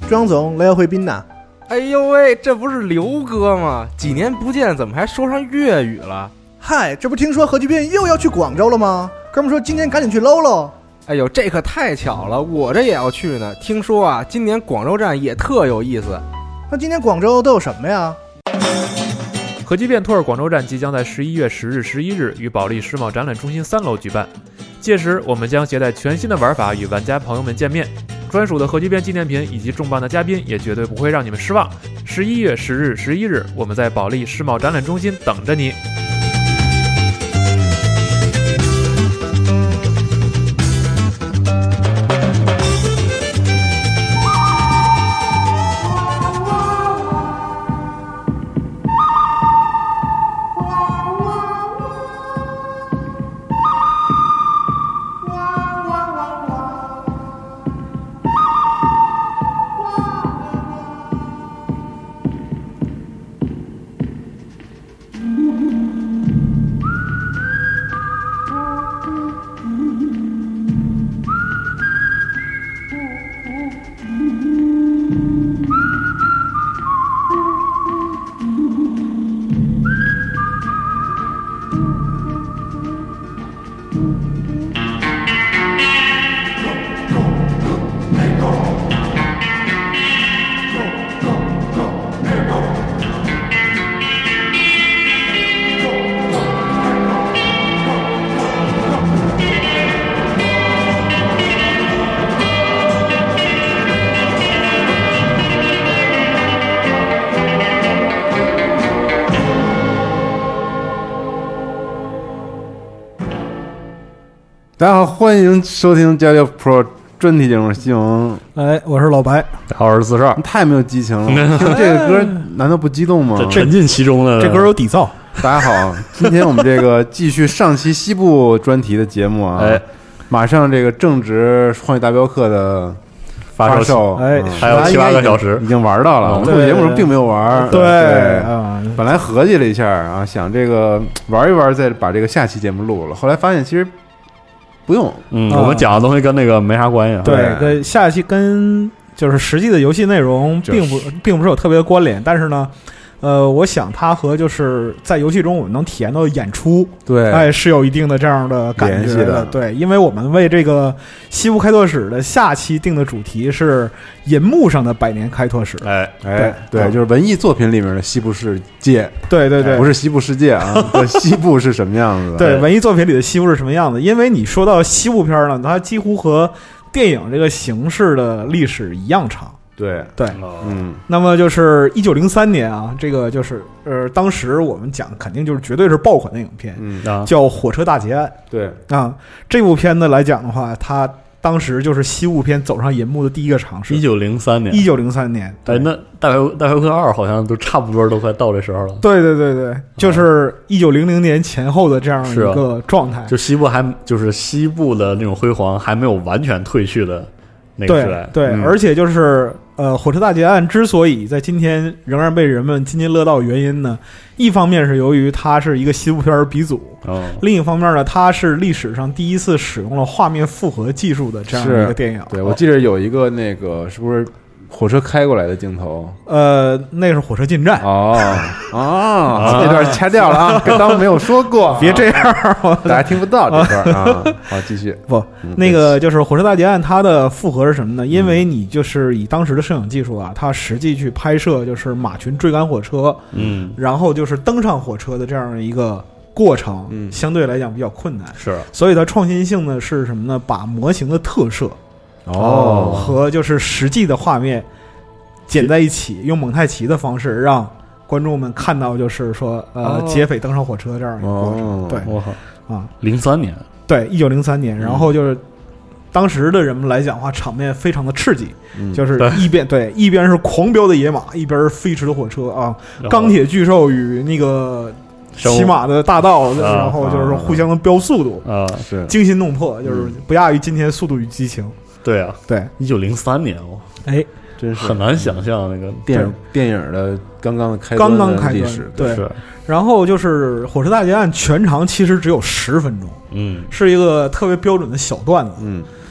庄总来回宾呐！ 哎呦喂，这不是刘哥吗？几年不见，怎么还说上粤语了？ 嗨，这不听说核聚变又要去广州了吗？哥们说今年赶紧去搂搂。 哎呦，这可太巧了，我这也要去呢。听说啊，今年广州站也特有意思。 那今年广州都有什么呀？ 核聚变托尔广州站即将在11月10日、11日于保利世贸展览中心3楼举办，届时我们将携带全新的玩法与玩家朋友们见面，专属的核聚变纪念品以及重磅的嘉宾也绝对不会让你们失望。11月10日、11日，我们在保利世贸展览中心等着你。 大家好，欢迎收听《加六 Pro》专题节目《新闻》。 哎，我是老白， 我是42， 太没有激情了。听这个歌难道不激动吗？ 这沉浸其中的， 这歌有底噪。 大家好，今天我们这个继续上期西部专题的节目啊，马上这个正值《荒野大镖客》的发售， 还有7、8个小时， 已经玩到了。我们录节目时候并没有玩， 对啊， 本来合计了一下啊，想这个玩一玩，再把这个下期节目录了。后来发现其实不用， 我们讲的东西跟那个没啥关系。 对，跟下一期跟就是实际的游戏内容并不是有特别的关联，但是呢，我想它和就是在游戏中我们能体验到的演出， 对， 哎，是有一定的这样的感觉的。对，因为我们为这个西部开拓史的下期定的主题是银幕上的100年开拓史。 对，就是文艺作品里面的西部世界。 对， 不是西部世界啊，西部是什么样子的？ 对，文艺作品里的西部是什么样子？因为你说到西部片呢，它几乎和电影这个形式的历史一样长。对，那么就是1903年啊，这个就是当时我们讲肯定就是绝对是爆款的影片，叫《火车大劫案》。对啊，这部片子来讲的话，它当时就是西部片走上银幕的第一个尝试。1903年， 哎，那大镖客2好像都差不多都快到这时候了。 对，就是1900年前后的这样一个状态。 就西部就是西部的那种辉煌还没有完全褪去的那个时代。 对，而且就是火车大劫案之所以在今天仍然被人们津津乐道，原因呢，一方面是由于它是一个西部片鼻祖，另一方面呢，它是历史上第一次使用了画面复合技术的这样一个电影。 对，我记得有一个那个是不是火车开过来的镜头？ 那是火车进站。 这段掐掉了啊，当没有说过， 别这样， 大家听不到这段啊。好，继续。 那个就是火车大劫案，它的复合是什么呢？因为你就是以当时的摄影技术啊，它实际去拍摄就是马群追赶火车，然后就是登上火车的这样一个过程，相对来讲比较困难。是，所以它创新性呢是什么呢？把模型的特摄和就是实际的画面剪在一起，用蒙太奇的方式让观众们看到，就是说劫匪登上火车这样一个过程。对 ，03年， 对，1903年，然后就是当时的人们来讲的话，场面非常的刺激，就是一边是狂飙的野马，一边是飞驰的火车啊，钢铁巨兽与那个骑马的大盗，然后就是互相的飙速度是惊心动魄，就是不亚于今天《速度与激情》。 对啊， 对 ，1903年哎， 真是很难想象那个电影的刚刚开端历史。 对，然后就是火车大劫案全长其实只有10分钟，是一个特别标准的小段子。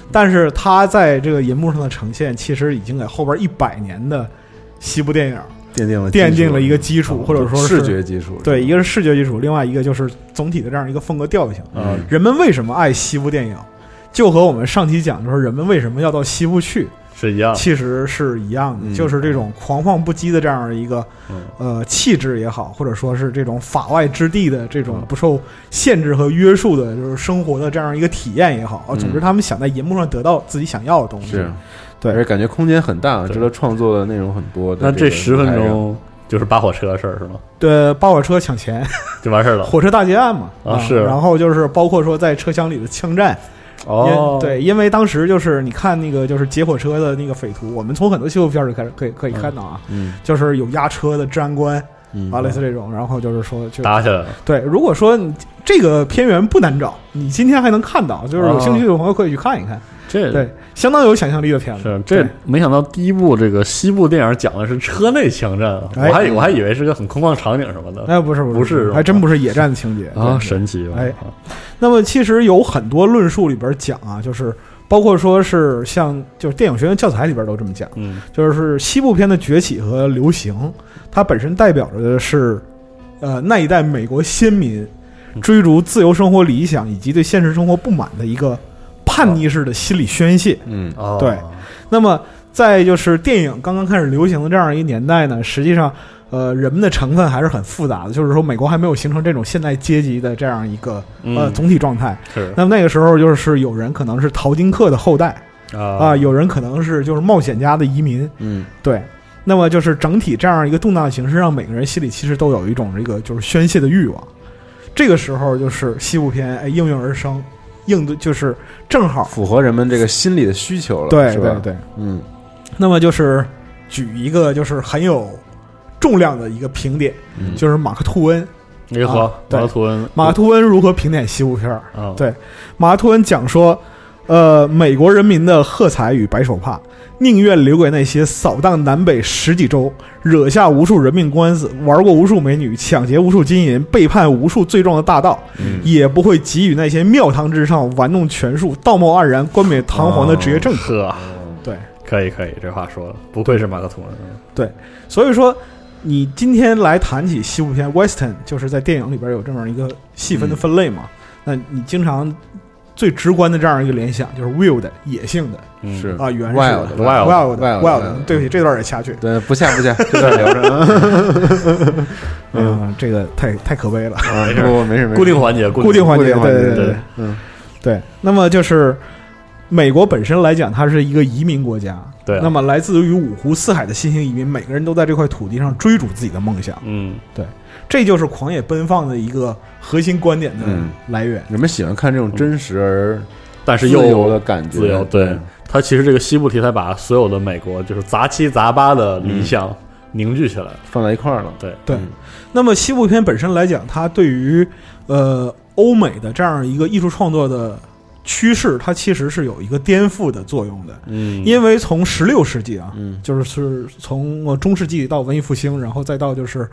但是他在这个银幕上的呈现，其实已经给后边100年的西部电影奠定了一个基础，或者说是视觉基础。 对，一个是视觉基础，另外一个就是总体的这样一个风格调性。人们为什么爱西部电影，就和我们上期讲，就是人们为什么要到西部去是一样， 其实是一样的，就是这种狂放不羁的这样一个气质也好，或者说是这种法外之地的这种不受限制和约束的，就是生活的这样一个体验也好，总之他们想在银幕上得到自己想要的东西。 是， 对， 而且感觉空间很大，值得创作的内容很多的。 那这10分钟就是扒火车的事儿是吗？ 对，扒火车抢钱就完事儿了， 火车大劫案嘛是。 然后就是包括说在车厢里的枪战。对，因为当时就是你看那个就是劫火车的那个匪徒，我们从很多纪录片里开始可以看到啊，就是有压车的治安官类似这种，然后就是说就打起来了。 对，如果说你这个片源不难找，你今天还能看到，就是有兴趣的朋友可以去看一看。 这对相当有想象力的片子。 是这没想到第一部这个西部电影讲的是车内枪战，我还以为是个很空旷场景什么的。 哎，不是，还真不是野战的情节啊，神奇。 哎，那么其实有很多论述里边讲啊，就是包括说是像就是电影学院教材里边都这么讲，就是西部片的崛起和流行，它本身代表着的是那一代美国先民追逐自由生活理想以及对现实生活不满的一个叛逆式的心理宣泄。对。那么在就是电影刚刚开始流行的这样一个年代呢，实际上人们的成分还是很复杂的，就是说美国还没有形成这种现代阶级的这样一个总体状态。那么那个时候就是有人可能是淘金客的后代有人可能是就是冒险家的移民。对。那么就是整体这样一个动荡的形势，让每个人心里其实都有一种这个就是宣泄的欲望。这个时候就是西部片应运而生，就是正好符合人们这个心理的需求了。 对对对，那么就是举一个就是很有重量的一个评点，就是马克吐温。马克吐温如何评点西部片？对，马克吐温讲说，美国人民的喝彩与白手帕，宁愿留给那些扫荡南北10几州，惹下无数人命官司，玩过无数美女，抢劫无数金银，背叛无数罪状的大盗，也不会给予那些庙堂之上玩弄权术、道貌岸然、冠冕堂皇的职业政客。对， 可以，这话说的不愧是马克吐温。 对，所以说你今天来谈起西部片 Western， 就是在电影里边有这么一个细分的分类嘛，那你经常最直观的这样一个联想就是 wild 野性的， 是原始的 wild。对不起，这段也掐去。对， 不下，这段留着。 这个太可悲了。 没事。 固定环节， 对。对。那么就是美国本身来讲，它是一个移民国家。 对。 那么来自于五湖四海的新型移民，每个人都在这块土地上追逐自己的梦想。对。这就是狂野奔放的一个核心观点的来源。 人们喜欢看这种真实而但是又自由的感觉。 自由，对。它其实这个西部题材把所有的美国就是杂七杂八的理想凝聚起来， 放在一块儿了。 对。那么西部片本身来讲，它对于欧美的这样一个艺术创作的趋势，它其实是有一个颠覆的作用的。因为从16世纪就是从中世纪到文艺复兴，然后再到就是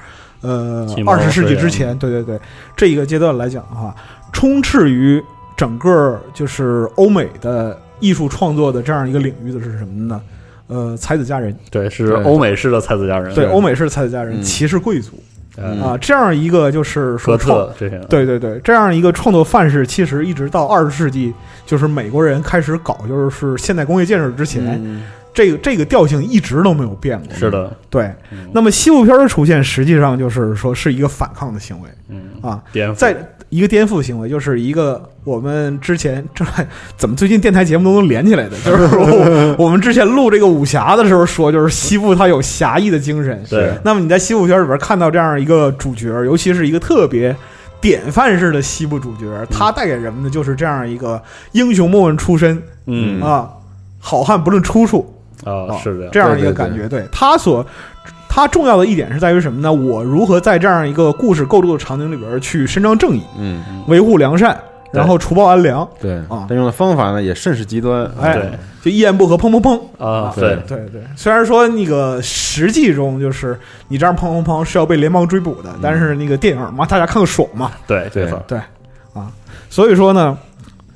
20世纪之前，对，这一个阶段来讲的话，充斥于整个就是欧美的艺术创作的这样一个领域的是什么呢？才子佳人。 对，是欧美式的才子佳人。 对，欧美式的才子佳人，骑士贵族。这样一个就是说对，这样一个创作范式，其实一直到20世纪，就是美国人开始搞就是现代工业建设之前，这个调性一直都没有变过。 是的， 对。那么西部片的出现，实际上就是说是一个反抗的行为，在一个颠覆行为，就是一个我们之前怎么最近电台节目都能连起来的，就是我们之前录这个武侠的时候说，就是西部它有侠义的精神。 对。 那么你在西部片里边看到这样一个主角，尤其是一个特别典范式的西部主角，他带给人们的就是这样一个英雄莫问出身，好汉不论出处。 是的， 这样一个感觉。对，它重要的一点是在于什么呢？我如何在这样一个故事构筑的场景里边去伸张正义，维护良善，然后除暴安良。 对但用的方法呢也甚是极端。 就一言不合砰砰砰对。 虽然说那个实际中就是你这样砰砰砰是要被联邦追捕的，但是那个电影嘛，大家看个爽嘛。 对。 所以说呢，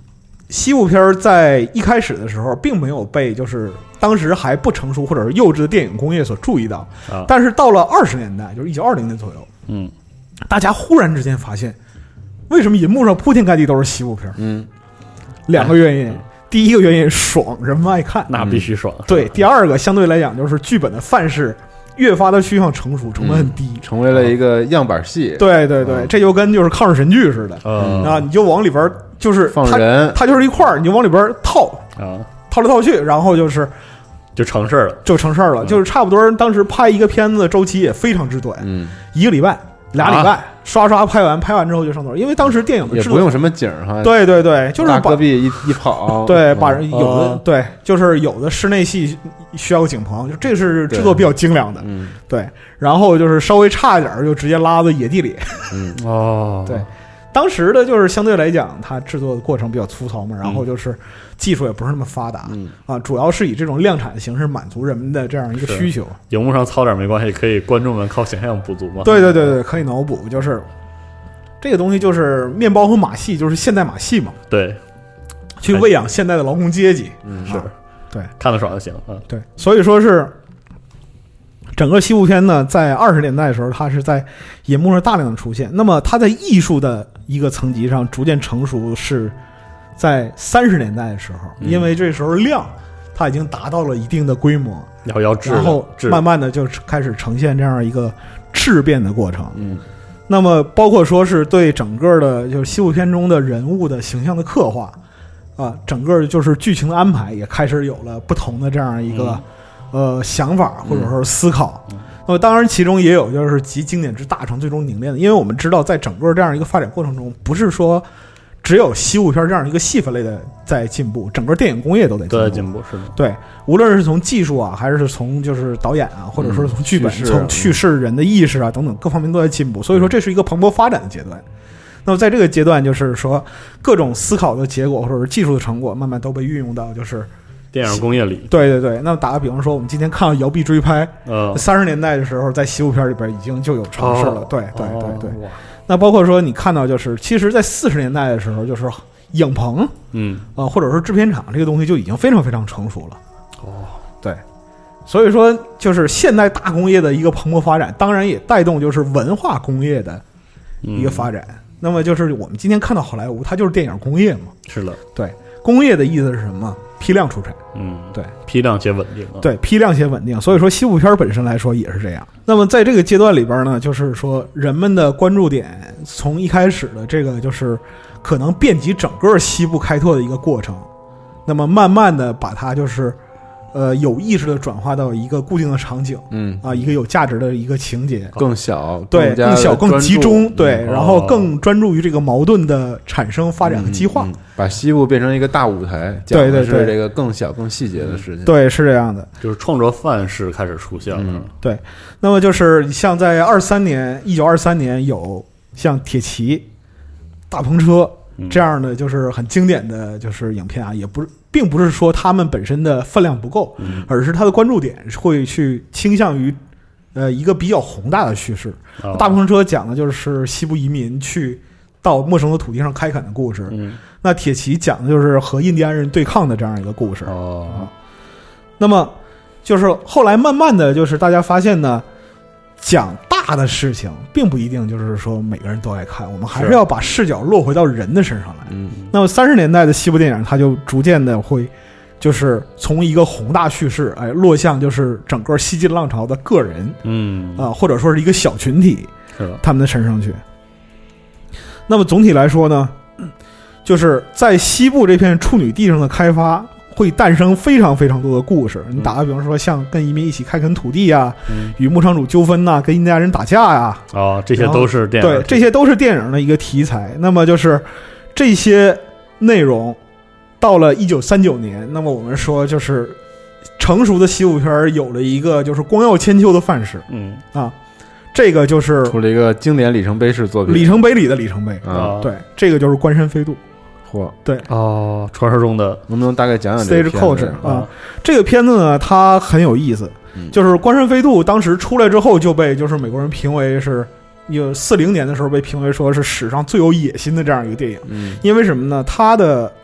西部片在一开始的时候并没有被就是当时还不成熟或者是幼稚的电影工业所注意到，但是到了20年代，就是1920年左右，大家忽然之间发现，为什么银幕上铺天盖地都是西部片？两个原因。第一个原因，爽，人们爱看， 那必须爽。 对，第二个相对来讲就是剧本的范式越发的趋向成熟，成本很低， 成为了一个样板戏。 对对对，这就跟就是抗日神剧似的啊，你就往里边就是放人， 它就是一块儿，你就往里边套啊，套来套去，然后就成事儿了， 就是差不多。当时拍一个片子的周期也非常之短，1个礼拜、2礼拜，刷拍完之后就上座。因为当时电影的也不用什么景哈， 对对对，就是大戈壁一跑， 对，把人有的对，就是有的室内戏需要景棚，就这是制作比较精良的，对。然后就是稍微差一点就直接拉到野地里，对。当时的就是相对来讲，它制作的过程比较粗糙嘛，然后就是技术也不是那么发达，主要是以这种量产的形式满足人们的这样一个需求。 荧幕上糙点没关系，可以观众们靠想象补足嘛。 对对对对，可以脑补，就是这个东西就是面包和马戏，就是现代马戏嘛。 对， 去喂养现代的劳工阶级， 是， 对， 看得爽就行对，所以说是。整个西部片呢，在20年代的时候，它是在银幕上大量的出现。那么它在艺术的一个层级上逐渐成熟，是在30年代的时候，因为这时候量它已经达到了一定的规模，然后慢慢的就开始呈现这样一个质变的过程。那么包括说是对整个的就是西部片中的人物的形象的刻画啊，整个就是剧情的安排也开始有了不同的这样一个。想法或者说思考，那么当然其中也有就是集经典之大成最终凝练的，因为我们知道在整个这样一个发展过程中，不是说只有西部片这样一个细分类的在进步，整个电影工业都在进步， 是的， 对，无论是从技术啊，还是从就是导演啊，或者说从剧本、从叙事人的意识啊等等各方面都在进步，所以说这是一个蓬勃发展的阶段。那么在这个阶段，就是说各种思考的结果或者是技术的成果，慢慢都被运用到就是电影工业里。 对对对，那么打个比方说，我们今天看到摇臂追拍，30年代的时候，在西部片里边已经就有尝试了。对对对对。那包括说你看到就是，其实在40年代的时候，就是影棚，或者说制片厂这个东西就已经非常非常成熟了。对。所以说，就是现代大工业的一个蓬勃发展，当然也带动就是文化工业的一个发展。那么就是我们今天看到好莱坞，它就是电影工业嘛。 是的。 对，工业的意思是什么？批量出产，对， 批量且稳定， 对，批量且稳定。所以说，西部片本身来说也是这样。那么在这个阶段里边呢，就是说人们的关注点从一开始的这个就是可能遍及整个西部开拓的一个过程，那么慢慢的把它就是有意识的转化到一个固定的场景，一个有价值的一个情节， 更小， 对，更小更集中，对，然后更专注于这个矛盾的产生、发展和激化， 把西部变成一个大舞台， 对对对， 是这个更小更细节的事情， 对，是这样的， 就是创作范式开始出现了， 对。那么就是像在1923年有像铁骑、大篷车这样的就是很经典的就是影片啊，也不是。并不是说他们本身的分量不够，而是它的关注点会去倾向于，一个比较宏大的叙事。大篷车讲的就是西部移民去到陌生的土地上开垦的故事，那铁骑讲的就是和印第安人对抗的这样一个故事。那么就是后来慢慢的就是大家发现呢，讲大的事情并不一定就是说每个人都爱看，我们还是要把视角落回到人的身上来。那么30年代的西部电影，它就逐渐的会就是从一个宏大叙事，落向就是整个西进浪潮的个人，或者说是一个小群体，他们的身上去。那么总体来说呢，就是在西部这片处女地上的开发，会诞生非常非常多的故事。你打个比方说，像跟移民一起开垦土地啊，与牧场主纠纷呐，跟印第安人打架呀， 这些都是电影， 对，这些都是电影的一个题材。那么就是这些内容到了1939年，那么我们说就是成熟的西部片有了一个就是光耀千秋的范式，这个就是出了一个经典里程碑式作品， 里程碑里的里程碑对，这个就是关山飞渡。对传说中的， 能不能大概讲讲这个片子这个片子呢，它很有意思，就是关山飞渡当时出来之后就被就是美国人评为是40年的时候被评为说是史上最有野心的这样一个电影，因为什么呢？它的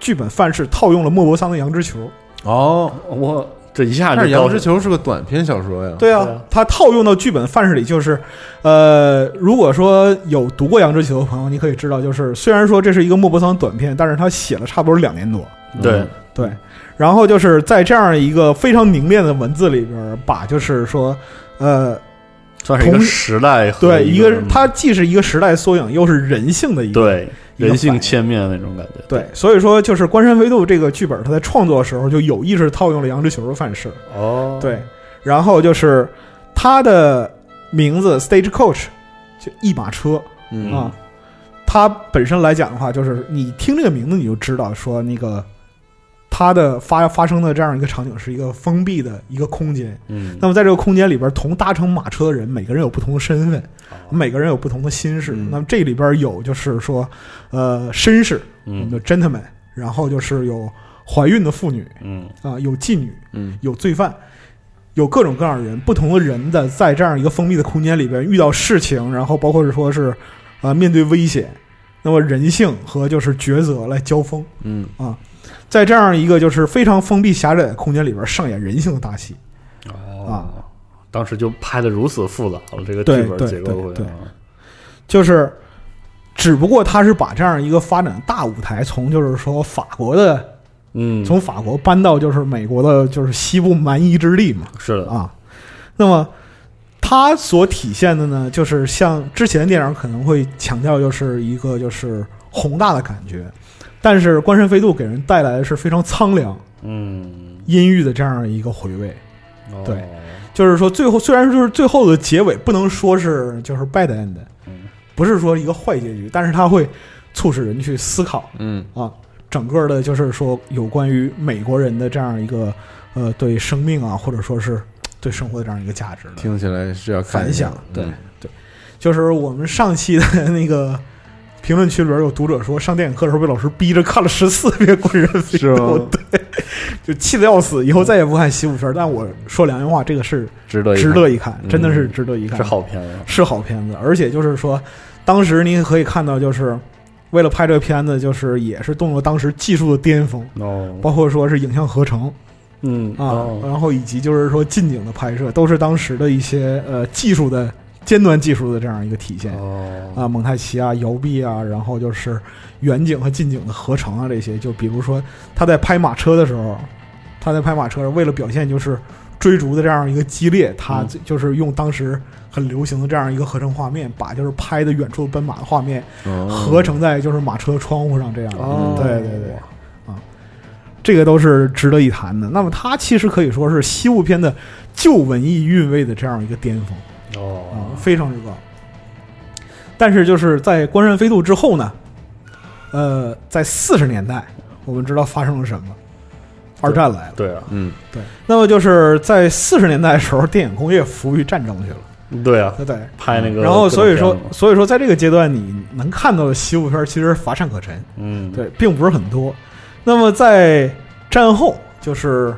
剧本范式套用了莫泊桑的《羊脂球》。 哦， 我这一下就但是《羊脂球》是个短篇小说呀。 对啊，它套用到剧本范式里，就是如果说有读过《羊脂球》的朋友，你可以知道，就是虽然说这是一个莫泊桑短篇，但是他写了差不多2年多。 对对，然后就是在这样一个非常凝练的文字里边，把就是说算是一个时代和对一个，它既是一个时代缩影，又是人性的一个对人性切面那种感觉。 对，所以说就是关山飞渡这个剧本，他在创作的时候就有意识套用了羊脂球的范式。 哦， 对，然后就是他的名字 Stagecoach 就一马车啊，它本身来讲的话，就是你听这个名字你就知道说那个。它的发生的这样一个场景是一个封闭的一个空间，那么在这个空间里边，同搭乘马车的人，每个人有不同的身份，每个人有不同的心事。那么这里边有就是说，绅士，我们的 gentleman， 然后就是有怀孕的妇女，有妓女，有罪犯，有各种各样的人，不同的人的在这样一个封闭的空间里边遇到事情，然后包括是说是面对危险，那么人性和就是抉择来交锋，在这样一个就是非常封闭狭窄的空间里边上演人性的大戏， 当时就拍得如此复杂了，这个剧本结构对，就是只不过他是把这样一个发展大舞台从就是说法国的，从法国搬到就是美国的就是西部蛮夷之地嘛， 是的啊，那么它所体现的呢，就是像之前电影可能会强调就是一个就是宏大的感觉。但是关山飞渡给人带来的是非常苍凉、阴郁的这样一个回味。对，就是说最后虽然就是最后的结尾不能说是就是 bad end，不是说一个坏结局，但是它会促使人去思考，整个的就是说有关于美国人的这样一个对生命啊，或者说是对生活的这样一个价值的。 听起来是要看反响，对，就是我们上期的那个。评论区里边有读者说，上电影课的时候被老师逼着看了14遍《关山飞渡》，对，就气得要死，以后再也不看西部片。但我说良心话，这个是值得一看，真的是值得一看， 是好片子， 是好片子。而且就是说，当时您可以看到，就是为了拍这个片子，就是也是动了当时技术的巅峰，包括说是影像合成，然后以及就是说近景的拍摄，都是当时的一些技术的。尖端技术的这样一个体现蒙太奇啊、摇臂啊，然后就是远景和近景的合成啊，这些就比如说他在拍马车的时候，为了表现就是追逐的这样一个激烈，他就是用当时很流行的这样一个合成画面，把就是拍的远处奔马的画面合成在就是马车窗户上这样对这个都是值得一谈的。那么它其实可以说是西部片的旧文艺韵味的这样一个巅峰。非常之高。但是就是在关山飞渡之后呢，在40年代，我们知道发生了什么？二战来了。 对啊， 对。那么就是在40年代的时候，电影工业服务于战争去了。 对啊， 对， 拍那个。 然后所以说，在这个阶段，你能看到的西部片其实乏善可陈。对，并不是很多。那么在战后，就是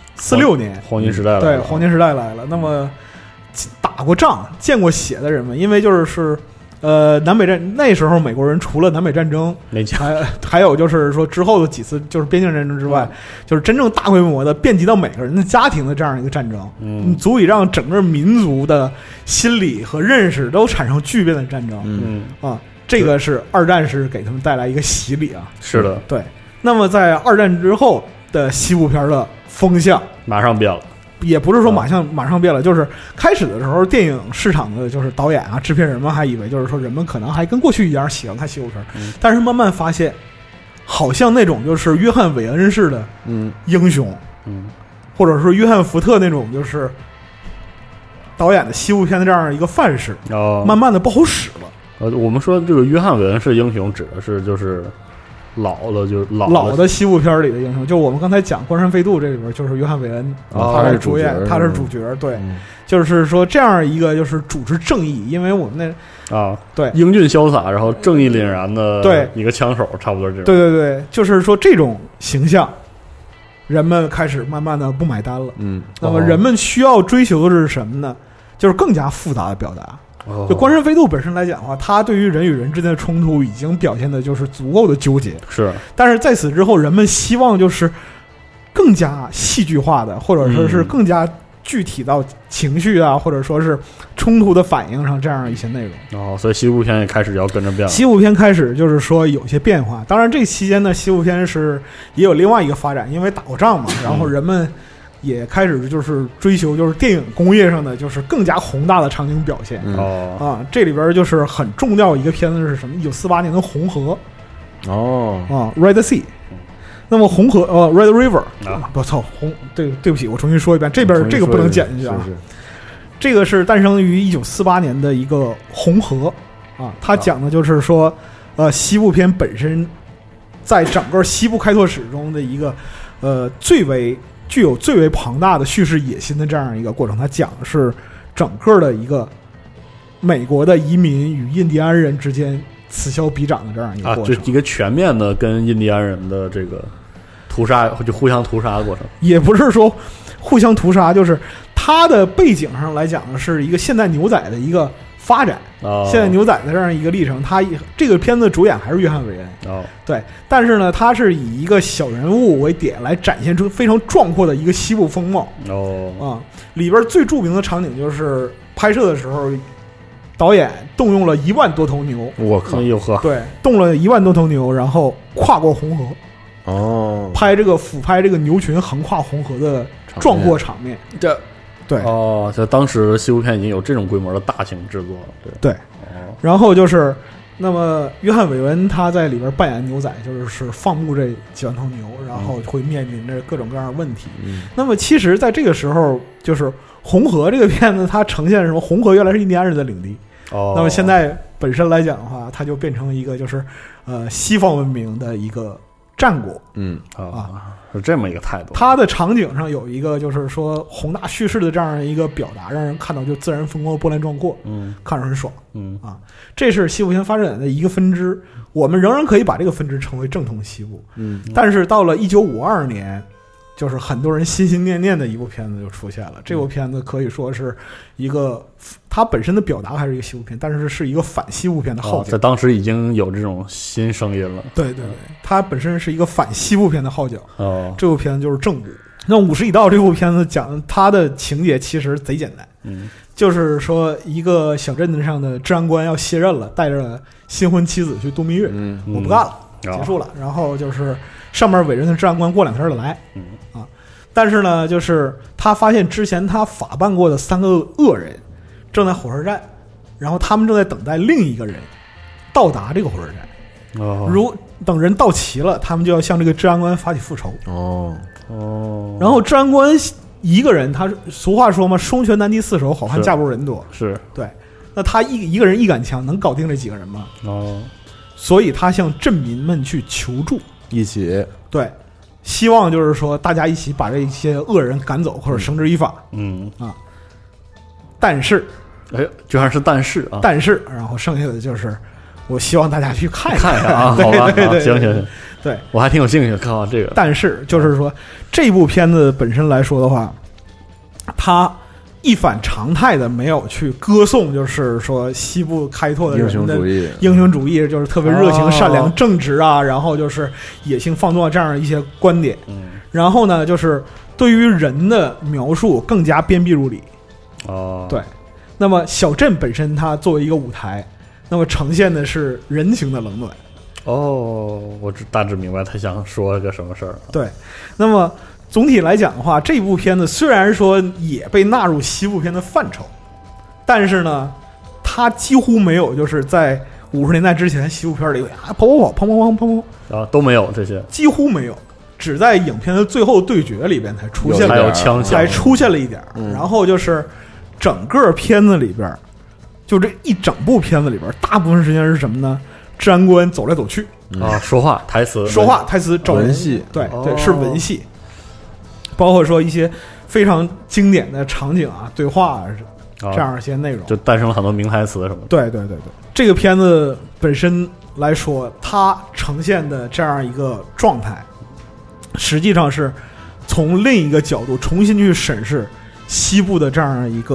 46年， 黄金时代了。 对，黄金时代来了。那么。打过仗、见过血的人们，因为就是南北战那时候，美国人除了南北战争，还有就是说之后的几次就是边境战争之外，就是真正大规模的遍及到每个人的家庭的这样一个战争，足以让整个民族的心理和认识都产生巨变的战争。这个是二战是给他们带来一个洗礼啊。 是的， 对。那么在二战之后的西部片的风向马上变了。 也不是说马上变了，就是开始的时候，电影市场的就是导演啊、制片人们还以为就是说人们可能还跟过去一样喜欢看西部片，但是慢慢发现，好像那种就是约翰·韦恩式的英雄，或者说约翰·福特那种就是导演的西部片的这样一个范式，慢慢的不好使了。 我们说这个约翰·韦恩式英雄指的是就是老的西部片里的英雄，就我们刚才讲《关山飞渡》这里边就是约翰·韦恩，他是主演，他是主角，对，就是说这样一个就是主持正义，因为我们那对英俊潇洒，然后正义凛然的对一个枪手，差不多这种， 对，就是说这种形象，人们开始慢慢的不买单了。那么人们需要追求的是什么呢？就是更加复杂的表达。 就关山飞渡本身来讲的话，它对于人与人之间的冲突已经表现的就是足够的纠结， 是。 但是在此之后，人们希望就是更加戏剧化的，或者说是更加具体到情绪啊，或者说是冲突的反应上这样一些内容。 所以西部片也开始要跟着变了。 西部片开始就是说有些变化，当然这期间呢，西部片是也有另外一个发展，因为打过仗嘛，然后人们也开始就是追求就是电影工业上的就是更加宏大的场景表现。这里边就是很重要一个片子是什么？1948年的红河。Red Sea。那么红河Red River 我操对不起，我重新说一遍，这边这个不能剪进去啊。这个是诞生于1948年的一个红河它讲的就是说西部片本身在整个西部开拓史中的一个具有最为庞大的叙事野心的这样一个过程。它讲的是整个的一个美国的移民与印第安人之间此消彼长的这样一个过程， 就一个全面的跟印第安人的这个屠杀，就互相屠杀的过程。也不是说互相屠杀，就是它的背景上来讲呢，是一个现代牛仔的一个发展，现代牛仔的这样一个历程。它这个片子主演还是约翰·韦恩，对，但是呢，它是以一个小人物为点来展现出非常壮阔的一个西部风貌。里边最著名的场景就是拍摄的时候，导演动用了1万多头牛， 我靠， 对，动了1万多头牛，然后跨过红河。俯拍这个牛群横跨红河的壮阔场面。对就当时西部片已经有这种规模的大型制作了。对， 然后就是那么约翰·韦恩他在里边扮演牛仔，就是放牧这几万头牛，然后会面临着各种各样的问题。那么其实在这个时候，就是红河这个片子它呈现什么？红河原来是印第安人的领地。那么现在本身来讲的话，它就变成一个就是西方文明的一个战果。 是这么一个态度。 它的场景上有一个就是说宏大叙事的这样一个表达，让人看到就自然风光波澜壮阔，看着很爽。这是西部片发展的一个分支，我们仍然可以把这个分支称为正统西部。但是到了1952年，就是很多人心心念念的一部片子就出现了。这部片子可以说是一个，它本身的表达还是一个西部片，但是是一个反西部片的号角。 在当时已经有这种新声音了。 对，它本身是一个反西部片的号角。这部片子就是正午。那《50已到》这部片子讲它的情节其实贼简单，就是说一个小镇子上的治安官要卸任了，带着新婚妻子去度蜜月，我不干了，结束了。然后就是上面委任的治安官过2天就来，但是呢，就是他发现之前他法办过的3个恶人正在火车站，然后他们正在等待另一个人到达这个火车站。如等人到齐了，他们就要向这个治安官发起复仇。然后治安官一个人，他俗话说嘛，双拳难敌4手，好汉架不住人多。 是对，那他一个人一杆枪能搞定这几个人吗？所以他向镇民们去求助， 一起对。希望就是说大家一起把这些恶人赶走或者绳之以法。但是居然是但是然后剩下的就是我希望大家去看一下啊。好吧，行， 对， 我还挺有兴趣看看这个。 但是就是说这部片子本身来说的话，它一反常态的没有去歌颂就是说西部开拓的人的英雄主义，就是特别热情善良正直啊，然后就是野性放纵这样一些观点。然后呢，就是对于人的描述更加鞭辟入里。对。那么小镇本身它作为一个舞台，那么呈现的是人情的冷暖。 我大致明白他想说个什么事儿。 对。那么总体来讲的话，这部片子虽然说也被纳入西部片的范畴，但是呢，它几乎没有就是在50年代之前西部片里跑都没有这些， 几乎没有，只在影片的最后对决里边才出现了， 还有枪响， 才出现了一点。然后就是整个片子里边，就这一整部片子里边，大部分时间是什么呢？治安官走来走去说话台词找人戏，对，是文戏。包括说一些非常经典的场景对话这样一些内容， 就诞生了很多名台词什么的。 对，这个片子本身来说，它呈现的这样一个状态，实际上是从另一个角度重新去审视西部的这样一个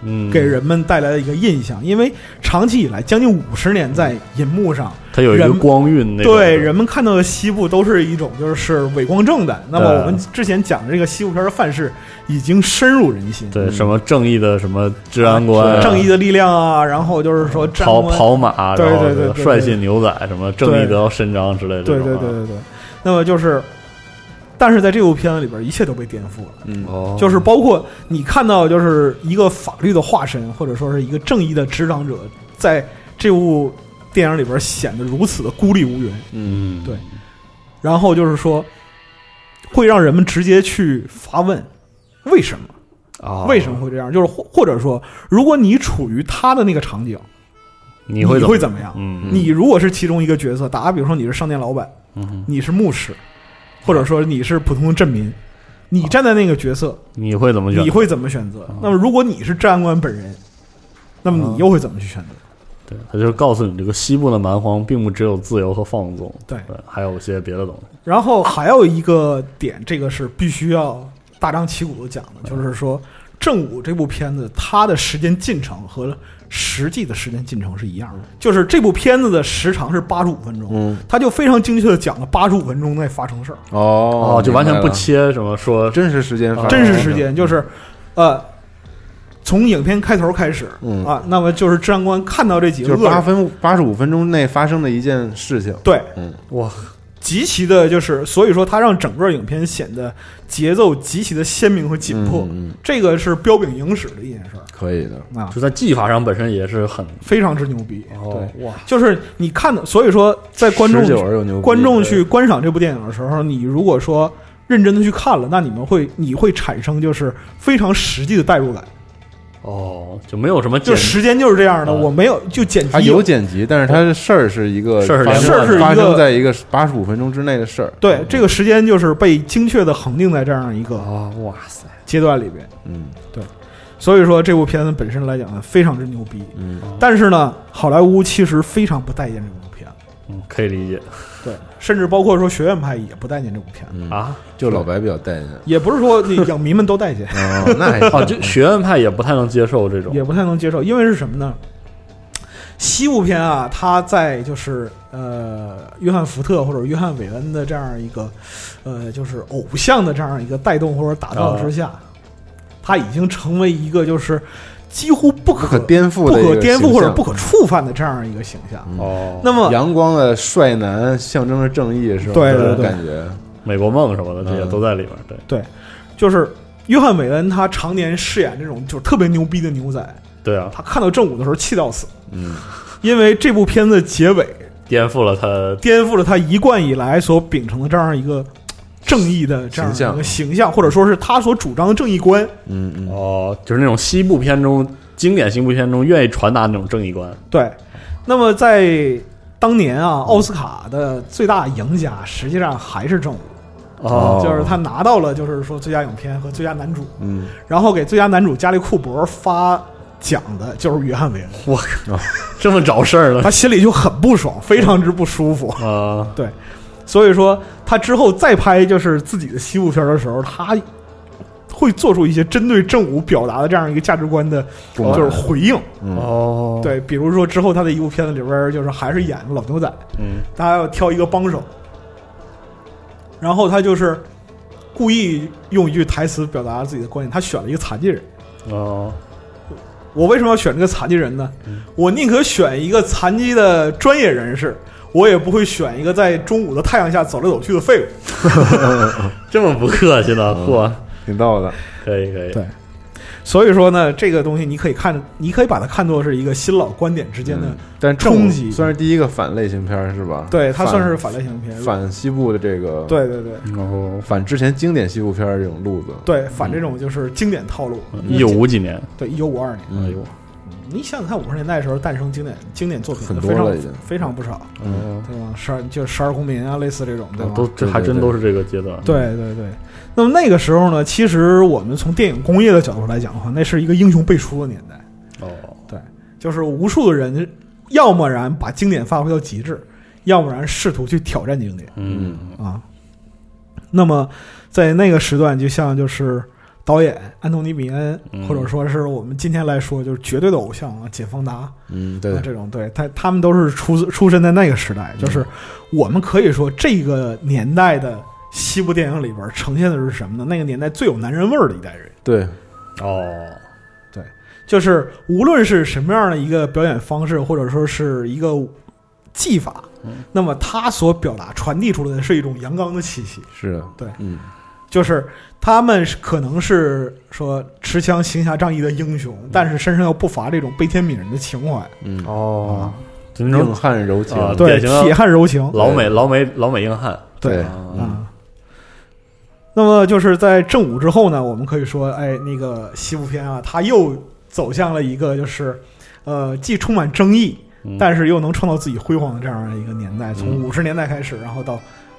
给人们带来的一个印象，因为长期以来将近50年在银幕上， 它有一个光晕那种， 对人们看到的西部都是一种就是伪光正的。那么我们之前讲的这个西部片的范式已经深入人心， 对什么正义的什么治安官、 正义的力量啊，然后就是说跑马， 对对对， 帅气牛仔什么正义得到伸张之类的， 对对对对对。那么就是。但是在这部片子里边，一切都被颠覆了。就是包括你看到，就是一个法律的化身，或者说是一个正义的执掌者，在这部电影里边显得如此的孤立无援。对。然后就是说，会让人们直接去发问：为什么？为什么会这样？就是或者说，如果你处于他的那个场景，你会怎么样？你如果是其中一个角色，打个比如说你是商店老板，你是牧师。或者说你是普通的镇民，你站在那个角色， 你会怎么选择？那么如果你是治安官本人，那么你又会怎么去选择？ 对，他就是告诉你，这个西部的蛮荒并不只有自由和放纵， 对， 还有些别的东西。 然后还有一个点，这个是必须要大张旗鼓的讲的，就是说正午这部片子它的时间进程和实际的时间进程是一样的，就是这部片子的时长是85分钟，他就非常精确的讲了85分钟内发生的事儿。 就完全不切什么说真实时间， 真实时间就是，从影片开头开始那么就是治安官看到这几个就是85分钟内发生的一件事情。 对， 哇。 极其的，就是所以说，它让整个影片显得节奏极其的鲜明和紧迫。这个是彪炳影史的一件事儿， 可以的就在技法上本身也是非常之牛逼。 对，哇， 就是你看的，所以说在观众去观赏这部电影的时候，你如果说认真的去看了，那你会产生就是非常实际的代入感。 就没有什么就时间就是这样的，我没有就剪辑， 它有剪辑，但是它的事儿是一个发生在一个85分钟之内的事儿。 对，这个时间就是被精确的恒定在这样一个哇塞阶段里边。对，所以说这部片子本身来讲呢，非常之牛逼。但是呢，好莱坞其实非常不待见这部片子。 可以理解。 对，甚至包括说学院派也不待见这部片子就老白比较待见， 也不是说那影迷们都待见那就学院派也不太能接受这种， 也不太能接受，因为是什么呢？西部片它在就是约翰福特或者约翰韦恩的这样一个就是偶像的这样一个带动或者打造之下，它已经成为一个就是几乎不可颠覆或者不可触犯的这样一个形象。那么阳光的帅男象征着正义，是吧？ 对对对， 感觉美国梦什么的这些都在里面。 对，就是约翰韦恩他常年饰演这种就是特别牛逼的牛仔。 对啊， 他看到正午的时候气到死。因为这部片子结尾颠覆了他一贯以来所秉承的这样一个正义的这样一个形象，或者说是他所主张的正义观。 就是那种西部片中经典西部片中愿意传达那种正义观。 对，那么在当年奥斯卡的最大赢家实际上还是正午。就是他拿到了就是说最佳影片和最佳男主。然后给最佳男主加利库珀发讲的就是约翰韦恩。 我靠，这么找事儿了， 他心里就很不爽，非常之不舒服。对，所以说他之后再拍就是自己的西部片的时候，他会做出一些针对正午表达的这样一个价值观的就是回应。对，比如说之后他的一部片子里边就是还是演老牛仔，他要挑一个帮手，然后他就是故意用一句台词表达自己的观点，他选了一个残疾人。我为什么要选这个残疾人呢？我宁可选一个残疾的专业人士，我也不会选一个在中午的太阳下走来走去的废物。 这么不客气呢？嚯， 挺逗的。 可以。 对，所以说呢，这个东西你可以把它看作是一个新老观点之间的冲击。 算是第一个反类型片是吧？ 对，它算是反类型片， 反西部的这个。 对， 然后反之前经典西部片这种路子。 对，反这种就是经典套路。 1950几年， 对，1952年。 哎呦， 你想想看，50年代的时候诞生经典作品很多了，已经非常不少。对吧？就是12公民啊，类似这种，对吧？ 这还真都是这个阶段。 对。那么那个时候呢，其实我们从电影工业的角度来讲的话，那是一个英雄辈出的年代。对，就是无数的人，要么然把经典发挥到极致，要不然试图去挑战经典。那么在那个时段，就像就是导演安东尼·米恩，或者说是我们今天来说就是绝对的偶像啊，简·方达， 对， 这种对他们都是出身在那个时代，就是我们可以说这个年代的西部电影里边呈现的是什么呢？那个年代最有男人味儿的一代人。 对， 对，就是无论是什么样的一个表演方式，或者说是一个技法，那么他所表达传递出来的是一种阳刚的气息。 是的， 对，就是他们可能是说持枪行侠仗义的英雄，但是身上又不乏这种悲天悯人的情怀。 硬汉柔情， 对，铁汉柔情， 老美硬汉。 对，那么就是在正午之后呢，我们可以说，那个西部片啊，它又走向了一个就是既充满争议，但是又能创造自己辉煌的这样的一个年代。从50年代开始，然后到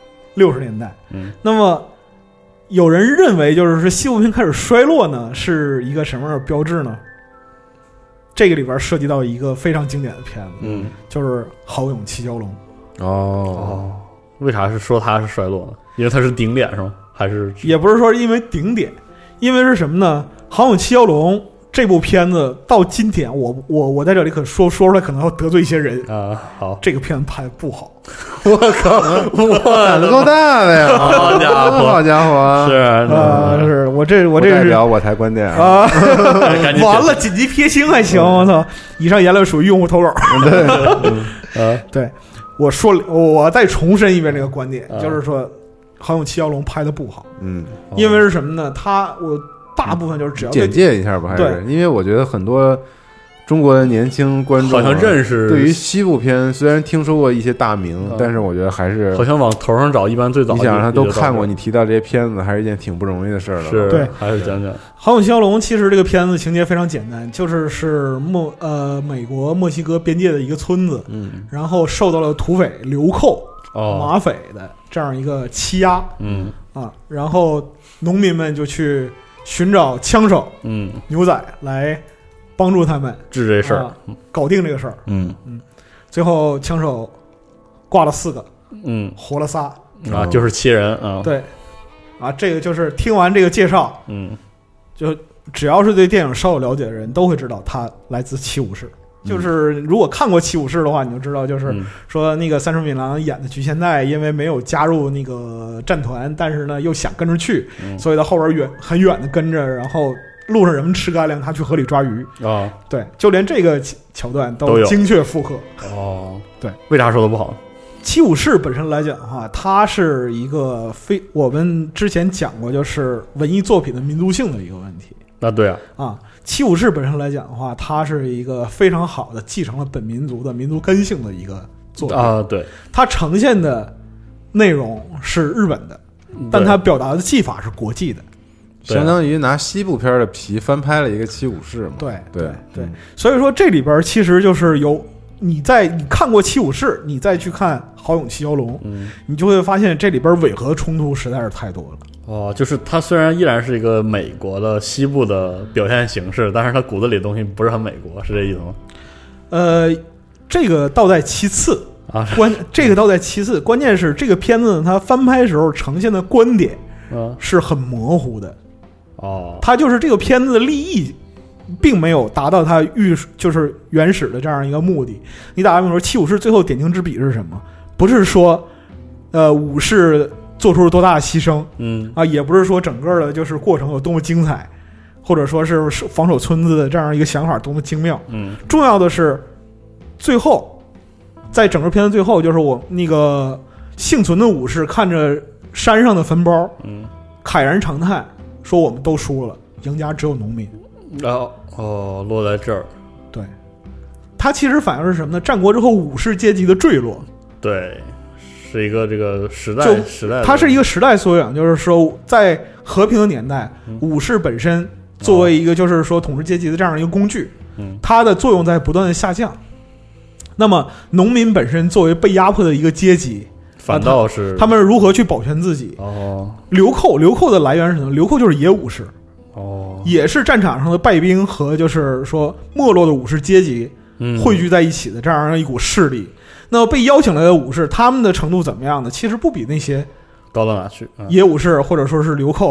60年代，那么有人认为就是说西部片开始衰落呢，是一个什么样的标志呢？这个里边涉及到一个非常经典的片子，就是《豪勇七蛟龙》。 为啥是说它是衰落呢？因为它是顶点是吗？还是也不是说因为顶点，因为是什么呢？《豪勇七蛟龙》这部片子到今天，我在这里可说出来可能要得罪一些人啊。好， 这个片子拍的不好。 我靠，胆子够大的呀！ 好家伙， 好家伙， 是我这代表我台观点啊！完了，紧急撇清还行，我操！以上言论属于用户投稿。对，我再重申一遍这个观点，就是说《豪勇七蛟龙》拍的不好。因为是什么呢？我大部分就是只要简介一下吧，还是因为我觉得很多中国的年轻观众好像认识对于西部片，虽然听说过一些大名，但是我觉得还是好像往头上找，一般最早你想让他都看过，你提到这些片子，还是一件挺不容易的事儿了。 是， 对， 还是讲讲《 豪勇七蛟龙》。其实这个片子情节非常简单，就是美国墨西哥边界的一个村子，然后受到了土匪、流寇、马匪的这样一个欺压，然后农民们就去寻找枪手、牛仔来帮助他们治这事儿， 搞定这个事儿。最后枪手挂了4个，活了3 啊，就是7人啊。 对，这个就是听完这个介绍，就只要是对电影稍有了解的人都会知道他来自七武士。就是如果看过七武士的话，你就知道，就是说那个三浦敏郎演的菊现代，因为没有加入那个战团，但是呢又想跟着去，所以他后边很远的跟着，然后路上人们吃干粮，他去河里抓鱼啊。 对，就连这个桥段都精确复刻。对， 为啥说的不好？ 七武士本身来讲的话，它是一个我们之前讲过，就是文艺作品的民族性的一个问题。 对七武士本身来讲的话，它是一个非常好的继承了本民族的民族根性的一个作品对， 它呈现的内容是日本的，但它表达的技法是国际的， 相当于拿西部片的皮翻拍了一个七武士嘛。 对，所以说这里边其实就是你看过七武士，你再去看豪勇七蛟龙，你就会发现这里边违和冲突实在是太多了。 就是它虽然依然是一个美国的西部的表现形式，但是它骨子里的东西不是很美国，是这意思吗？ 这个倒在其次这个倒在其次，关键是这个片子它翻拍时候呈现的观点是很模糊的。它就是这个片子的立意并没有达到它就是原始的这样一个目的。你打个比方说，七武士最后点睛之笔是什么？不是说武士做出了多大的牺牲，也不是说整个的就是过程有多么精彩，或者说是防守村子的这样一个想法多么精妙。重要的是最后，在整个片子最后，就是我那个幸存的武士看着山上的坟包，慨然长叹，说我们都输了，赢家只有农民。 落在这儿。 对，它其实反映是什么呢？战国之后武士阶级的坠落。 对，是一个这个时代， 它是一个时代缩影，就是说在和平的年代，武士本身作为一个就是说统治阶级的这样一个工具，它的作用在不断的下降。那么农民本身作为被压迫的一个阶级， 反倒是他们如何去保全自己？流寇的来源是什么？流寇就是野武士，也是战场上的败兵和就是说没落的武士阶级汇聚在一起的这样一股势力。那么被邀请来的武士，他们的程度怎么样呢？其实不比那些高到哪去， 野武士或者说是流寇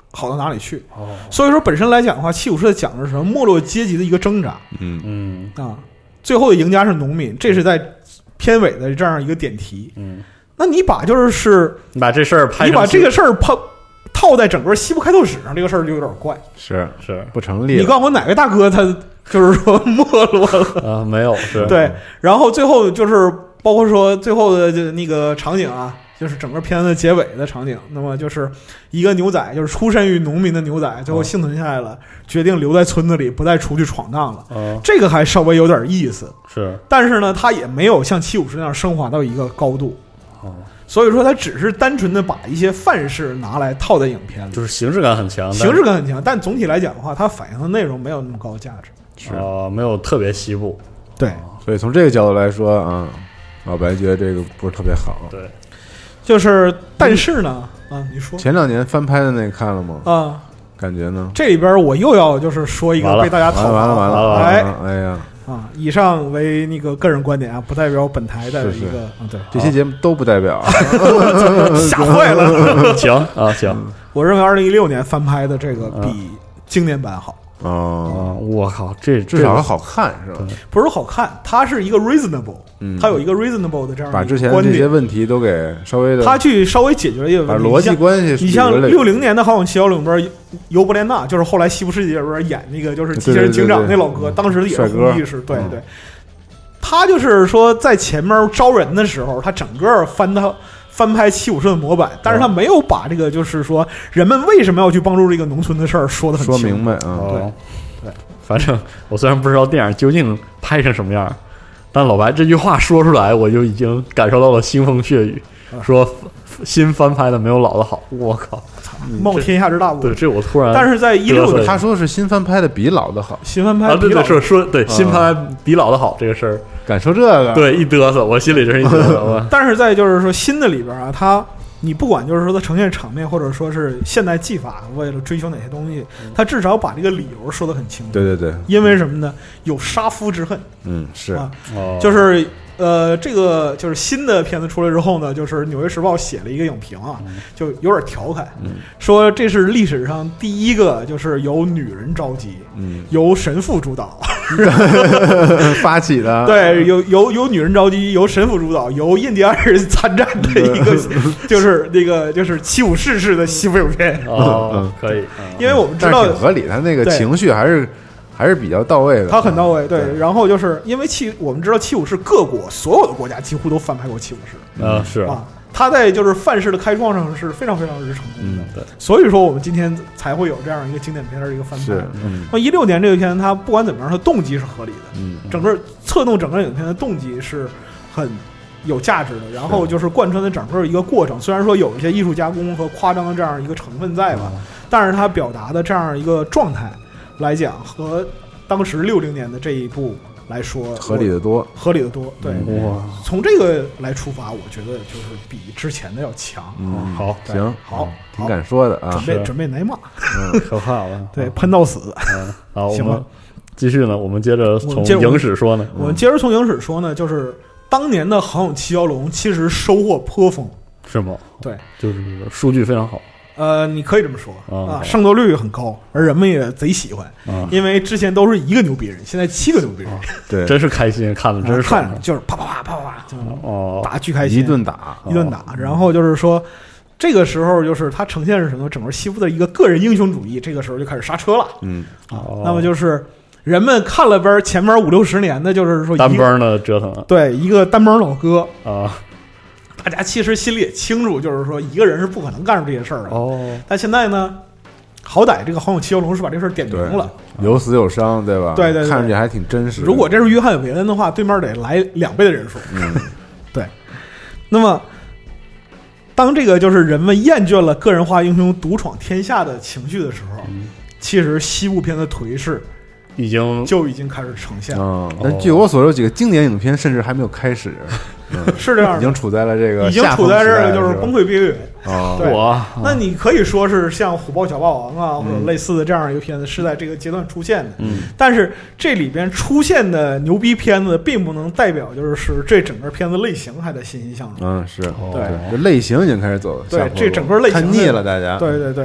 好到哪里去。所以说本身来讲的话，七武士讲的是什么？没落阶级的一个挣扎。最后的赢家是农民，这是在片尾的这样一个点题。那你把你把这事儿拍， 你把这个事儿套在整个西部开拓史上，这个事儿就有点怪， 是不成立。 你告诉我哪个大哥他就是说没落了啊？没有，是对。然后最后就是包括说最后的那个场景啊，就是整个片子结尾的场景。那么就是一个牛仔，就是出身于农民的牛仔，最后幸存下来了，决定留在村子里，不再出去闯荡了。这个还稍微有点意思， 是。 但是呢，他也没有像七武士那样升华到一个高度。所以说他只是单纯的把一些范式拿来套在影片里， 就是形式感很强， 但总体来讲的话，它反映的内容没有那么高的价值， 是没有特别西部。 对， 所以从这个角度来说啊，老白觉得这个不是特别好。 对， 就是但是呢，你说前2年翻拍的那个看了吗？感觉呢？ 这里边我又要就是说一个被大家讨完了，哎呀。 以上为那个个人观点啊，不代表本台的一个对， 这期节目都不代表， 吓坏了。 行， 我认为2016年翻拍的这个比经典版好。 我靠，这至少好看是吧？ 不是好看，它是一个 reasonable，它有一个 reasonable 的这样把之前这些问题都给稍微的， 他去稍微解决了一个问题， 把逻辑关系。 你像60年的《豪勇710》里边，尤伯莲纳就是后来《西部世界》里边演那个就是机器人警长那老哥，当时也是红意识，对。他就是说在前面招人的时候，他整个翻拍七武士的模板，但是他没有把这个就是说人们为什么要去帮助这个农村的事儿说得很清楚， 说明白啊。 对，反正我虽然不知道电影究竟拍成什么样，但老白这句话说出来，我就已经感受到了腥风血雨，说新翻拍的没有老的好。我靠， 冒天下之大不韪。 对，这我突然。 但是在16年， 他说是新翻拍的比老的好， 新翻拍比老对说对新翻拍比老的好这个事儿， 感受这个对一嘚瑟，我心里真是一嘚瑟。 但是在就是说新的里边啊，它你不管就是说它呈现场面，或者说是现代技法为了追求哪些东西，它至少把这个理由说得很清楚。 对， 因为什么呢？有杀夫之恨。 是啊，就是这个就是新的片子出来之后呢，就是《纽约时报》写了一个影评啊，就有点调侃，说这是历史上第一个就是由女人召集，由神父主导发起的， 对，由女人召集，由神父主导，由印第安人参战的一个，就是那个就是七武士式的西部影片。 可以， 因为我们知道挺合理，他那个情绪还是比较到位的， 他很到位。对，然后就是因为我们知道七武士各国所有的国家几乎都翻拍过七武士， 是啊，他在就是范式的开创上是非常非常之成功的。 对， 所以说我们今天才会有这样一个经典片的一个翻拍。那16年这个片子，它不管怎么样，它动机是合理的，整个策动整个影片的动机是很有价值的，然后就是贯穿的整个一个过程，虽然说有一些艺术加工和夸张的这样一个成分在吧，但是它表达的这样一个状态来讲，和当时60年的这一部来说合理的多。 对，从这个来出发，我觉得就是比之前的要强。 好， 行， 好， 挺敢说的啊， 准备挨骂， 可怕了， 对，喷到死。 好，我们继续呢，我们接着从影史说呢， 我们接着从影史说呢，就是当年的《豪勇七蛟龙》其实收获颇丰， 是吗？ 对， 就是数据非常好。 你可以这么说啊，上座率很高，而人们也贼喜欢，因为之前都是1个牛逼人，现在7个牛逼人， 对， 真是开心，看了真是看就是啪啪啪啪啪，就打巨开心， 一顿打， 然后就是说，这个时候就是它呈现是什么？整个西部的一个个人英雄主义，这个时候就开始刹车了，那么就是人们看了边前面50-60年的，就是说单帮的折腾， 对，一个单帮老哥啊。 大家其实心里也清楚，就是说一个人是不可能干出这些事儿的。但现在呢，好歹这个豪勇七蛟龙是把这事儿点明了， 有死有伤，对吧？ 对， 看着也还挺真实。 如果这是约翰·韦恩的话，对面得来2倍的人数。对。那么，当这个就是人们厌倦了个人化英雄独闯天下的情绪的时候，其实西部片的颓势就已经开始呈现了。 但据我所知，有几个经典影片甚至还没有开始。 是这样的， 已经处在了这个， 就是崩溃边缘。 对， 那你可以说是像《虎豹小霸王》啊，或者类似的这样一个片子是在这个阶段出现的。但是这里边出现的牛逼片子，并不能代表就是这整个片子类型还在欣欣向荣。 是，对，这类型已经开始走。 对，这整个类型看腻了，大家。 对。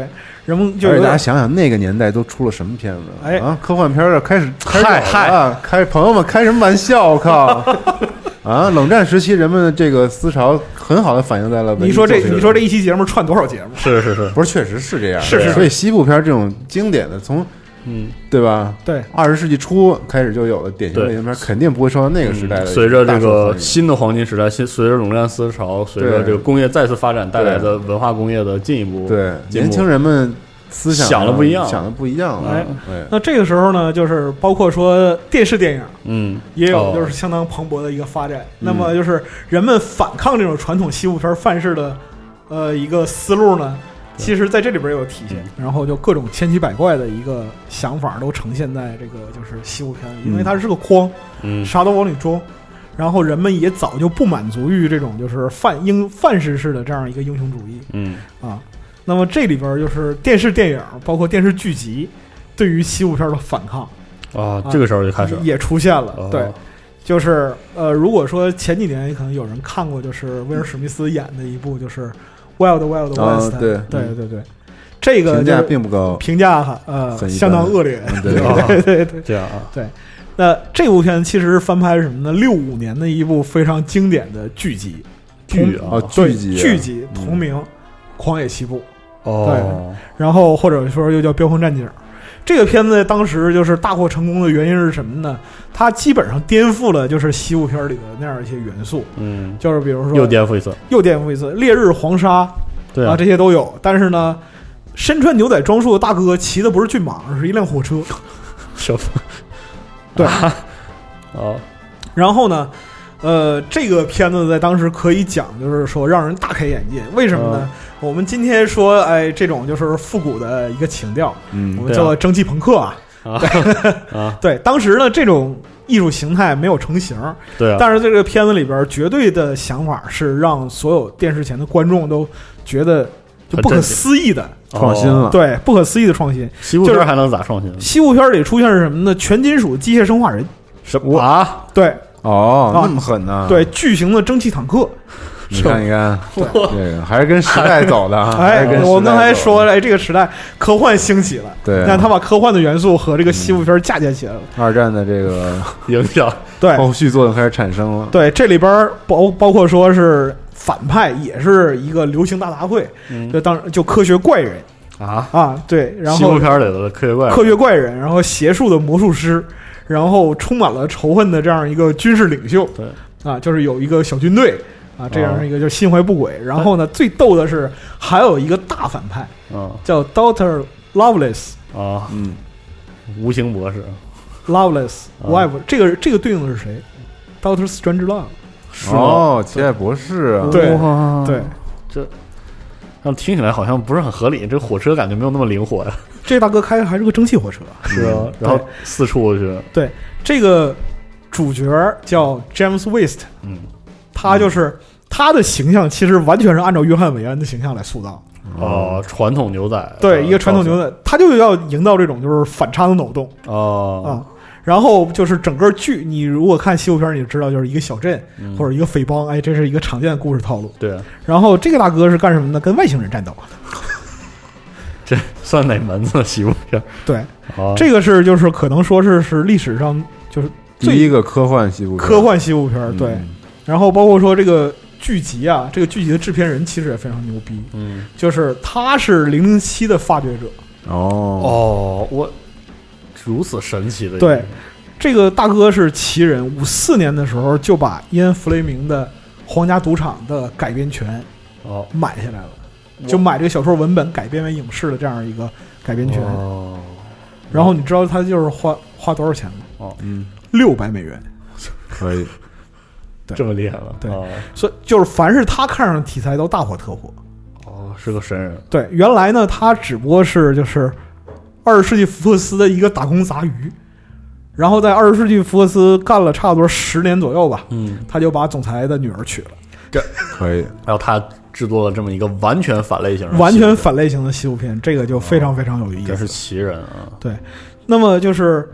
人们就而且大家想想那个年代都出了什么片子？ 哎啊，科幻片开始开朋友们开什么玩笑？我靠！啊，冷战时期人们的这个思潮很好的反映在了你说这一期节目串多少节目？ 是， 不是确实是这样， 是所以西部片这种经典的从对吧？ 对 ，20世纪初开始就有了典型的类型片，肯定不会受到那个时代的。 随着这个新的黄金时代，随着冷战思潮，随着这个工业再次发展带来的文化工业的进一步， 对年轻人们思想想的不一样了。 哎，那这个时候呢，就是包括说电视电影，也有就是相当蓬勃的一个发展。那么就是人们反抗这种传统西部片范式的一个思路呢。其实在这里边也有体现，然后就各种千奇百怪的一个想法都呈现在这个就是西部片，因为它是个框，啥都往里装，然后人们也早就不满足于这种就是范式式的这样一个英雄主义，那么这里边就是电视电影包括电视剧集对于西部片的反抗这个时候就开始也出现了，对。就是如果说前几年可能有人看过，就是威尔史密斯演的一部就是Wild West， 对，这个评价并不高， 评价相当恶劣，对， 这样对。那这部片其实是翻拍是什么呢？65年的一部非常经典的剧集， 剧集同名《狂野西部》对，然后或者说又叫《飙风战警》。这个片子当时就是大获成功的原因是什么呢？它基本上颠覆了就是西部片里的那样一些元素，就是比如说又颠覆一次， 烈日黄沙， 对这些都有。但是呢，身穿牛仔装束的大哥骑的不是骏马，而是一辆火车，对，然后呢，这个片子在当时可以讲，就是说让人大开眼界。为什么呢？我们今天说，这种就是复古的一个情调，我们叫做蒸汽朋克啊。对，当时呢，这种艺术形态没有成型， 对， 但是这个片子里边绝对的想法是让所有电视前的观众都觉得就不可思议的创新了， 对，不可思议的创新。 西部片还能咋创新？ 西部片里出现是什么呢？全金属机械生化人， 什么啊？ 对， 那么狠呢？ 对，巨型的蒸汽坦克。 你看，这个还是跟时代走的。 我刚才说，这个时代科幻兴起了， 对， 但他把科幻的元素和这个西部片嫁接起来了。 二战的这个影响， 对， 后续作用开始产生了。 对，这里边包括说是反派也是一个流行大杂烩，就科学怪人对，然后西部片里的科学怪人，然后邪术的魔术师，然后充满了仇恨的这样一个军事领袖， 对， 就是有一个小军队。这样一个就心怀不轨，然后呢，最逗的是还有一个大反派，叫 Dr. Lovelace 无形博士 Lovelace Wife，这个对应的是谁 ？Dr. Strangelove 奇爱博士啊， 对， 这让听起来好像不是很合理，这火车感觉没有那么灵活呀。 这大哥开的还是个蒸汽火车， 是啊，然后四处去。 对，这个主角叫 James West，他就是他的形象，其实完全是按照约翰·韦恩的形象来塑造。 传统牛仔， 对，一个传统牛仔，他就要营造这种就是反差的脑洞然后就是整个剧，你如果看西部片，你就知道就是一个小镇或者一个匪帮，这是一个常见的故事套路。 对， 然后这个大哥是干什么呢？跟外星人战斗。 这算哪门子西部片？ 对，这个是就是可能说是历史上就是第一个科幻西部片，对。然后包括说这个剧集这个剧集的制片人其实也非常牛逼，就是他是007的发掘者。 我如此神奇的。 对，这个大哥是奇人，54年的时候就把伊恩·弗雷明的《皇家赌场》的改编权买下来了，就买这个小说文本改编为影视的这样一个改编权。然后你知道他就是花多少钱吗？$600， 可以。 这么厉害了， 对，所以就是凡是他看上的题材都大火特火。 是个神人。 对，原来呢，他只不过是就是20世纪福克斯的一个打工杂鱼，然后在20世纪福克斯干了差不多10年左右吧，他就把总裁的女儿娶了。 这可以。 然后他制作了这么一个完全反类型的西部片，这个就非常非常有意思。 这是奇人啊。 对，那么就是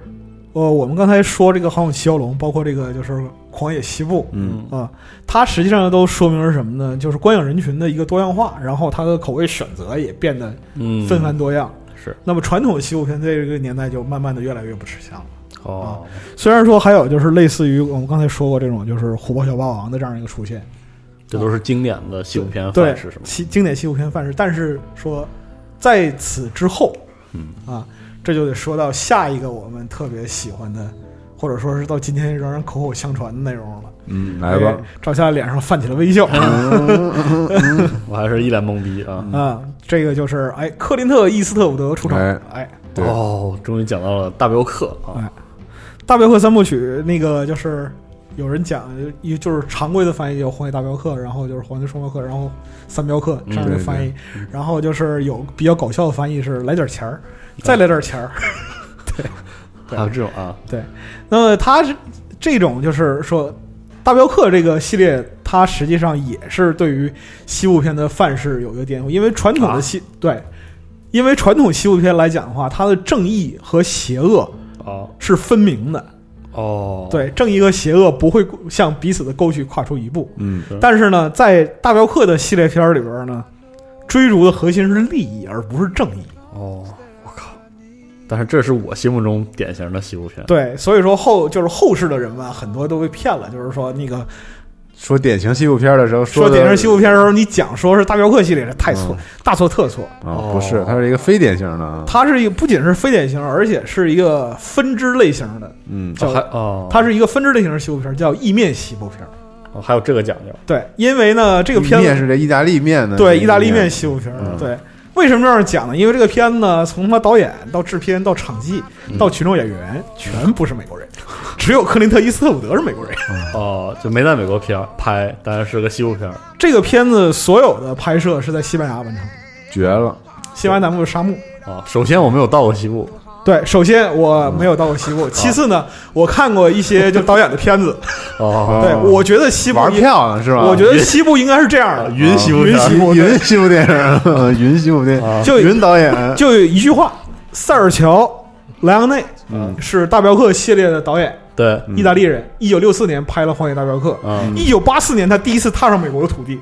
我们刚才说这个《航勇七蛟龙》，包括这个就是《狂野西部》，它实际上都说明是什么呢？就是观影人群的一个多样化，然后它的口味选择也变得纷繁多样。 是。 那么传统的西部片在这个年代就慢慢的越来越不吃香了。虽然说还有就是类似于我们刚才说过这种就是虎豹小霸王的这样一个出现， 这都是经典的西部片范式，是吗？ 经典西部片范式，但是说在此之后，这就得说到下一个我们特别喜欢的，或者说是到今天仍然口口相传的内容了。 来吧。 赵夏脸上泛起了微笑。 我还是一脸懵逼啊。 这个就是克林特·伊斯特伍德出场。 对终于讲到了大镖客啊。 大镖客三部曲，那个就是有人讲，就是常规的翻译叫《荒野大镖客》，然后就是《荒野双镖客》，然后三镖客这样的翻译，然后就是有比较搞笑的翻译是来点钱儿，再来点钱儿。对， 还有这种对。那么它是这种就是说，大镖客这个系列，它实际上也是对于西部片的范式有一个颠覆，因为传统的因为传统西部片来讲的话，它的正义和邪恶是分明的。对，正义和邪恶不会向彼此的沟渠跨出一步。但是呢，在大镖客的系列片里边呢，追逐的核心是利益，而不是正义。 我靠！但是这是我心目中典型的西部片。 对，所以说后世的人们很多都被骗了，就是说那个。 说典型西部片的时候， 说典型西部片的时候，你讲说是大镖客系列，太错，大错特错不是，它是一个非典型的， 它是一个不仅是非典型，而且是一个分支类型的，它是一个分支类型的西部片，叫意面西部片。 还有这个讲究。 对，因为呢，这个片子面是这意大利面的， 对，意大利面西部片。对，为什么这样讲呢？因为这个片子呢，从他导演到制片到场记到群众演员，全不是美国人。只有克林特·伊斯特伍德是美国人。 就没在美国拍，但是个西部片。 这个片子所有的拍摄是在西班牙完成， 绝了。 西班牙南部的沙漠。 首先我没有到过西部。 对，首先我没有到过西部，其次呢，我看过一些就导演的片子。对，我觉得西部玩票了是吧？ 我觉得西部应该是这样的， 云西部电影，云西部电影， 就云导演， 就有一句话，塞尔乔·莱昂内是大镖客系列的导演。 对， 意大利人，1964年拍了《荒野大镖客》，1984年他第一次踏上美国的土地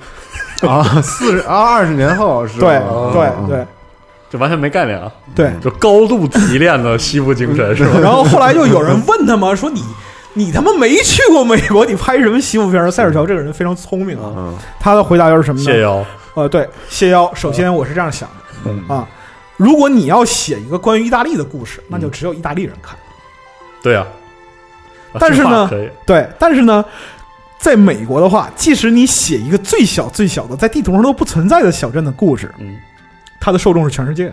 ，20年后是吧？ 对， 就完全没概念啊。 对， 就高度提炼的西部精神是吧？ 然后后来就有人问他嘛，说你他妈没去过美国，你拍什么西部片？塞尔乔这个人非常聪明啊，他的回答就是什么呢？ 谢邀。 对，谢邀。首先我是这样想的如果你要写一个关于意大利的故事，那就只有意大利人看。 对啊。 但是呢，在美国的话，即使你写一个最小的在地图上都不存在的小镇的故事，它的受众是全世界的。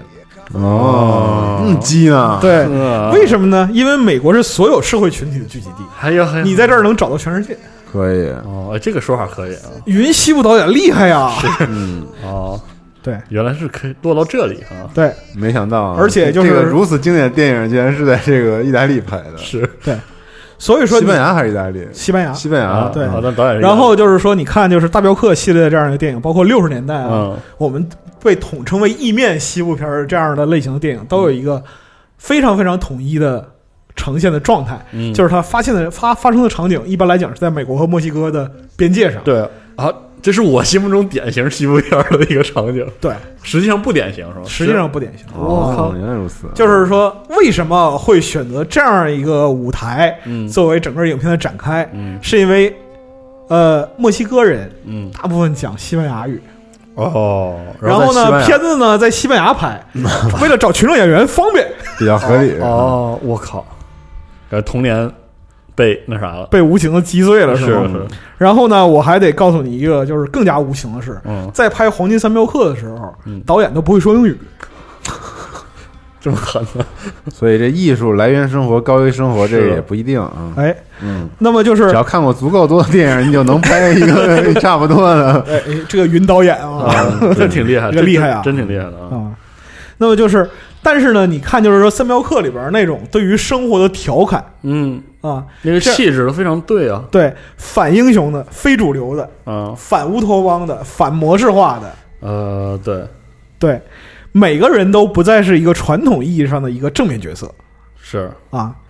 鸡呢？ 对，为什么呢？因为美国是所有社会群体的聚集地。 还有， 你在这儿能找到全世界。 可以这个说法可以啊。 云西部导演厉害呀！对， 原来是可以落到这里啊！ 对， 没想到而且就是这个如此经典的电影，竟然是在这个意大利拍的。 是， 对。所以说， 西班牙还是意大利？ 西班牙，对。然后就是说，你看，就是大镖客系列的这样一个电影，包括60年代我们被统称为意面西部片这样的类型的电影，都有一个非常非常统一的呈现的状态，就是它发生的场景，一般来讲是在美国和墨西哥的边界上。 对这是我心目中典型西部片的一个场景。 对， 实际上不典型是吧？ 实际上不典型。 我靠，原来如此。 就是说，为什么会选择这样一个舞台作为整个影片的展开？是因为墨西哥人大部分讲西班牙语。然后呢，片子呢在西班牙拍，为了找群众演员方便， 比较合理。 我靠，童年被那啥了， 被无情的击碎了，是吧？然后呢，我还得告诉你一个，就是更加无情的是，在拍《黄金三镖客》的时候，导演都不会说英语， 这么狠呢？ 所以这艺术来源生活高于生活，这也不一定啊。 那么就是只要看过足够多的电影，你就能拍一个差不多的。 这个云导演真挺厉害， 这个厉害啊， 真挺厉害的啊。 那么就是，但是呢，你看，就是说《三镖客》里边那种对于生活的调侃， 那个气质都非常对啊。 对，反英雄的、非主流的，反乌托邦的、反模式化的，对，每个人都不再是一个传统意义上的一个正面角色， 是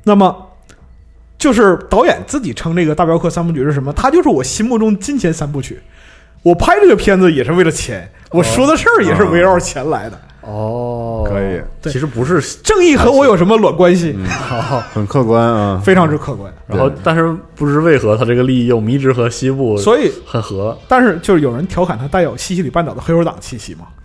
那么就是导演自己称这个大镖客三部曲是什么？它就是我心目中金钱三部曲。我拍这个片子也是为了钱，我说的事儿也是围绕钱来的。 哦， 可以， 其实不是正义和我有什么卵关系？ 很客观啊， 非常之客观。 然后，但是不知为何他这个利益又迷之和西部， 所以很合。 但是就是有人调侃他带有西西里半岛的黑手党气息嘛。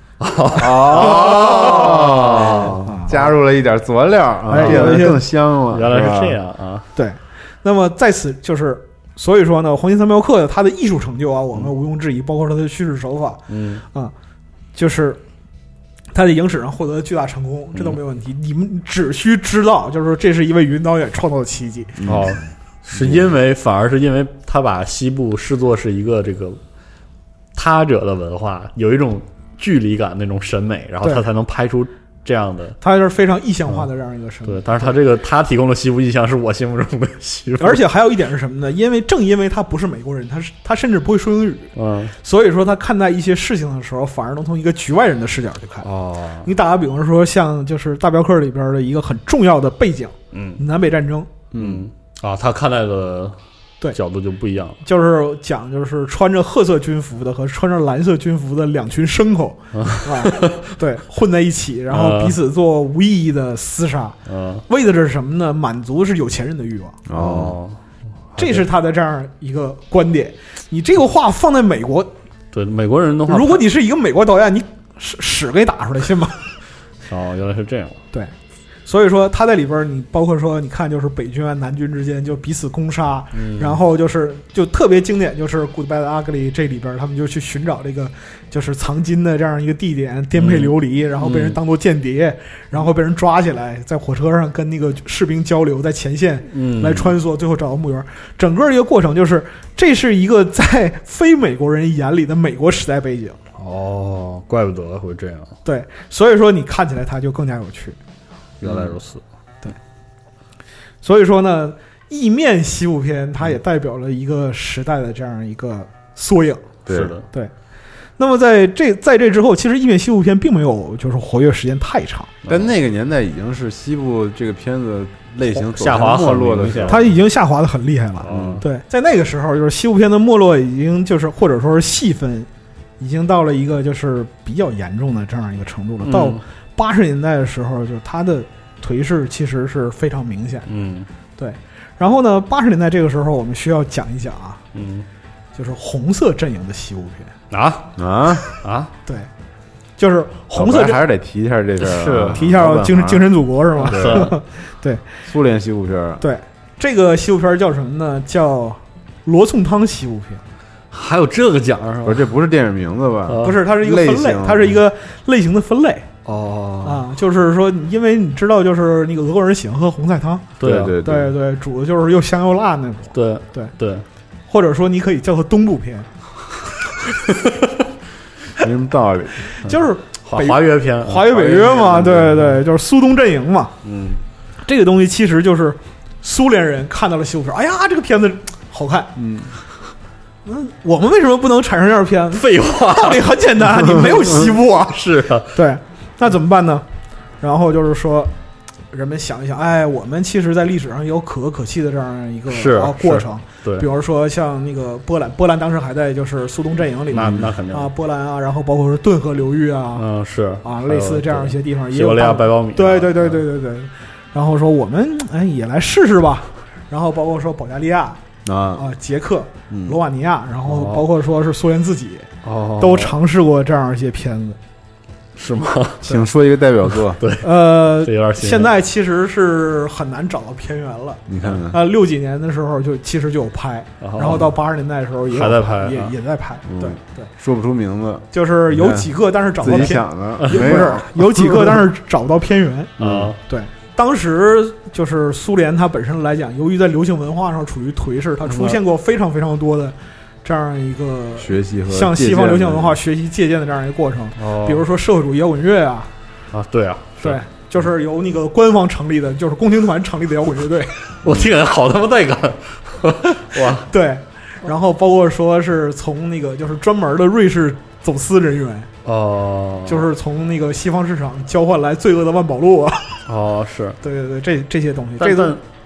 加入了一点佐料啊，变得更香了。 原来是这样啊！ 对，那么在此就是，所以说呢，黄金三镖客他的艺术成就啊，我们毋庸置疑，包括他的叙事手法，就是他在影史上获得巨大成功，这都没有问题。你们只需知道，就是说这是一位云导演创造的奇迹。 是因为反而是因为他把西部视作是一个这个他者的文化，有一种距离感那种审美，然后他才能拍出这样的， 他是非常意象化的这样一个审美。 对，但是他这个他提供的西部意象是我心目中的西部， 而且还有一点是什么呢？正因为他不是美国人，他甚至不会说英语，所以说他看待一些事情的时候，反而能从一个局外人的视角去看。你打个比方说，像就是大镖客里边的一个很重要的背景，南北战争， 他看待的角度就不一样， 就是讲就是穿着褐色军服的和穿着蓝色军服的两群牲口对，混在一起，然后彼此做无意义的厮杀，为的是什么呢？满足是有钱人的欲望。这是他的这样一个观点。你这个话放在美国， 对美国人的话， 如果你是一个美国导演，你屎给打出来信吗？ 原来是这样。 对。所以说他在里边，你包括说你看就是北军啊南军之间就彼此攻杀，然后就特别经典，就是 Good Bad Ugly 这里边他们就去寻找这个就是藏金的这样一个地点，颠沛流离，然后被人当作间谍，然后被人抓起来，在火车上跟那个士兵交流，在前线来穿梭，最后找到墓园。整个一个过程就是这是一个在非美国人眼里的美国时代背景。 怪不得会这样。 对，所以说你看起来它就更加有趣。 原来如此。 对，所以说呢，意面西部片它也代表了一个时代的这样一个缩影。 是的， 对。那么在这之后，其实意面西部片并没有就是活跃时间太长， 但那个年代已经是西部这个片子类型下滑没落的时候， 它已经下滑的很厉害了。对，在那个时候，就是西部片的没落已经就是或者说是细分已经到了一个就是比较严重的这样一个程度了。到80年代的时候，就是它的颓势其实是非常明显的。对。然后呢，80年代这个时候我们需要讲一讲啊，就是红色阵营的西部片对，就是红色还是得提一下这个， 是提一下精神祖国是吗？对， 苏联西部片。 对，这个西部片叫什么呢？叫罗宋汤西部片。 还有这个奖是吧？ 这不是电影名字吧？ 不是，它是一个分类，它是一个类型的分类。就是说，因为你知道，就是那个俄国人喜欢喝红菜汤， 对， 煮的就是又香又辣那种， 对， 或者说你可以叫它东部片， 没什么道理， 就是华约片， 华约北约嘛，对，就是苏东阵营嘛，这个东西其实就是苏联人看到了西部片，哎呀，这个片子好看，我们为什么不能产生这样片子？ 废话， 道理很简单，你没有西部啊。 是啊， 对，那怎么办呢？然后就是说，人们想一想，我们其实在历史上有可歌可泣的这样一个过程。 对， 比如说像那个波兰当时还在就是苏东阵营里面， 那肯定波兰啊，然后包括说顿河流域啊， 是类似这样一些地方， 西伯利亚白苞米， 对。然后说我们也来试试吧，然后包括说保加利亚。捷克、罗马尼亚，然后包括说是苏联自己，都尝试过这样一些片子， 是吗？ 请说一个代表作。 对， 现在其实是很难找到片源了。 你看看 ，60几年的时候其实就有拍，然后到80年代的时候也还在拍， 也在拍。对， 说不出名字， 就是有几个，但是找不到片。 自己想的， 不是有几个，但是找不到片源。对。当时就是苏联，它本身来讲，由于在流行文化上处于颓势，它出现过非常非常多的这样一个学习和向西方流行文化学习借鉴的这样一个过程。比如说社会主义摇滚乐啊， 对， 就是由那个官方成立的，就是共青团成立的摇滚乐队。 我听着好他妈带感，哇！ 对，然后包括说是从那个就是专门的瑞士走私人员。就是从那个西方市场交换来罪恶的万宝路啊！ 是， 对，这些东西，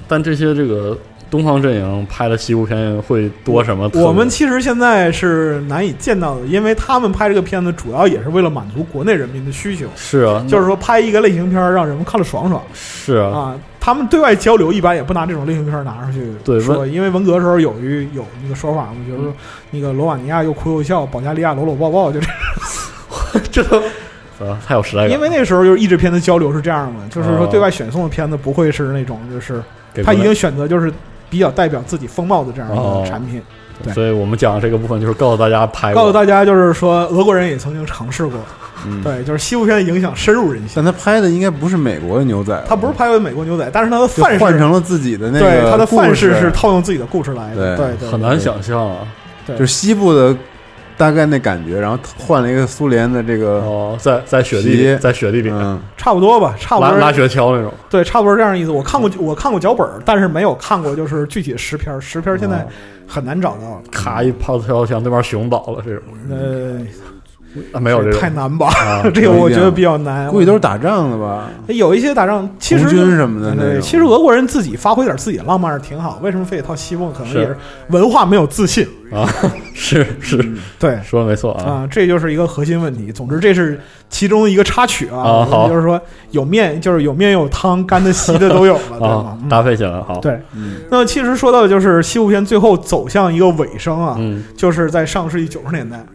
但这些这个东方阵营拍的西部片会多什么？ 我们其实现在是难以见到的，因为他们拍这个片子主要也是为了满足国内人民的需求。 是啊， 就是说拍一个类型片让人们看了爽爽。 是啊， 他们对外交流一般也不拿这种类型片拿上去对说，因为文革的时候有那个说法嘛，就是说那个罗马尼亚又哭又笑，保加利亚搂搂抱抱，就这都。 太有时代感。 因为那个时候就是译制片的交流是这样的，就是说对外选送的片子不会是那种就是他一定选择就是比较代表自己风貌的这样一个产品。对， 所以我们讲这个部分就是告诉大家告诉大家就是说俄国人也曾经尝试过。对，就是西部片的影响深入人心。 但他拍的应该不是美国的牛仔， 他不是拍的美国牛仔，但是他的范式换成了自己的那个， 对，他的范式是套用自己的故事来的。对， 很难想象啊。 对， 就是西部的大概那感觉，然后换了一个苏联的这个在雪地在雪地里面， 差不多吧，差不多拉雪橇那种。 对，差不多这样的意思。我看过脚本，但是没有看过就是具体的实片现在很难找到。 咔一炮跳墙，对面熊倒了这种。没有这种太难吧？这个我觉得比较难。 估计都是打仗的吧？ 有一些打仗，其实红军什么的。 对，其实俄国人自己发挥点自己的浪漫是挺好。为什么非得套西部？可能也是文化没有自信啊。是， 对， 说的没错啊。 这就是一个核心问题。总之，这是其中的一个插曲啊。 好， 就是说有面，就是有面有汤，干的稀的都有了，对吧？ 搭配起来好。 对，那么其实说到的就是西部片最后走向一个尾声啊，就是在上世纪90年代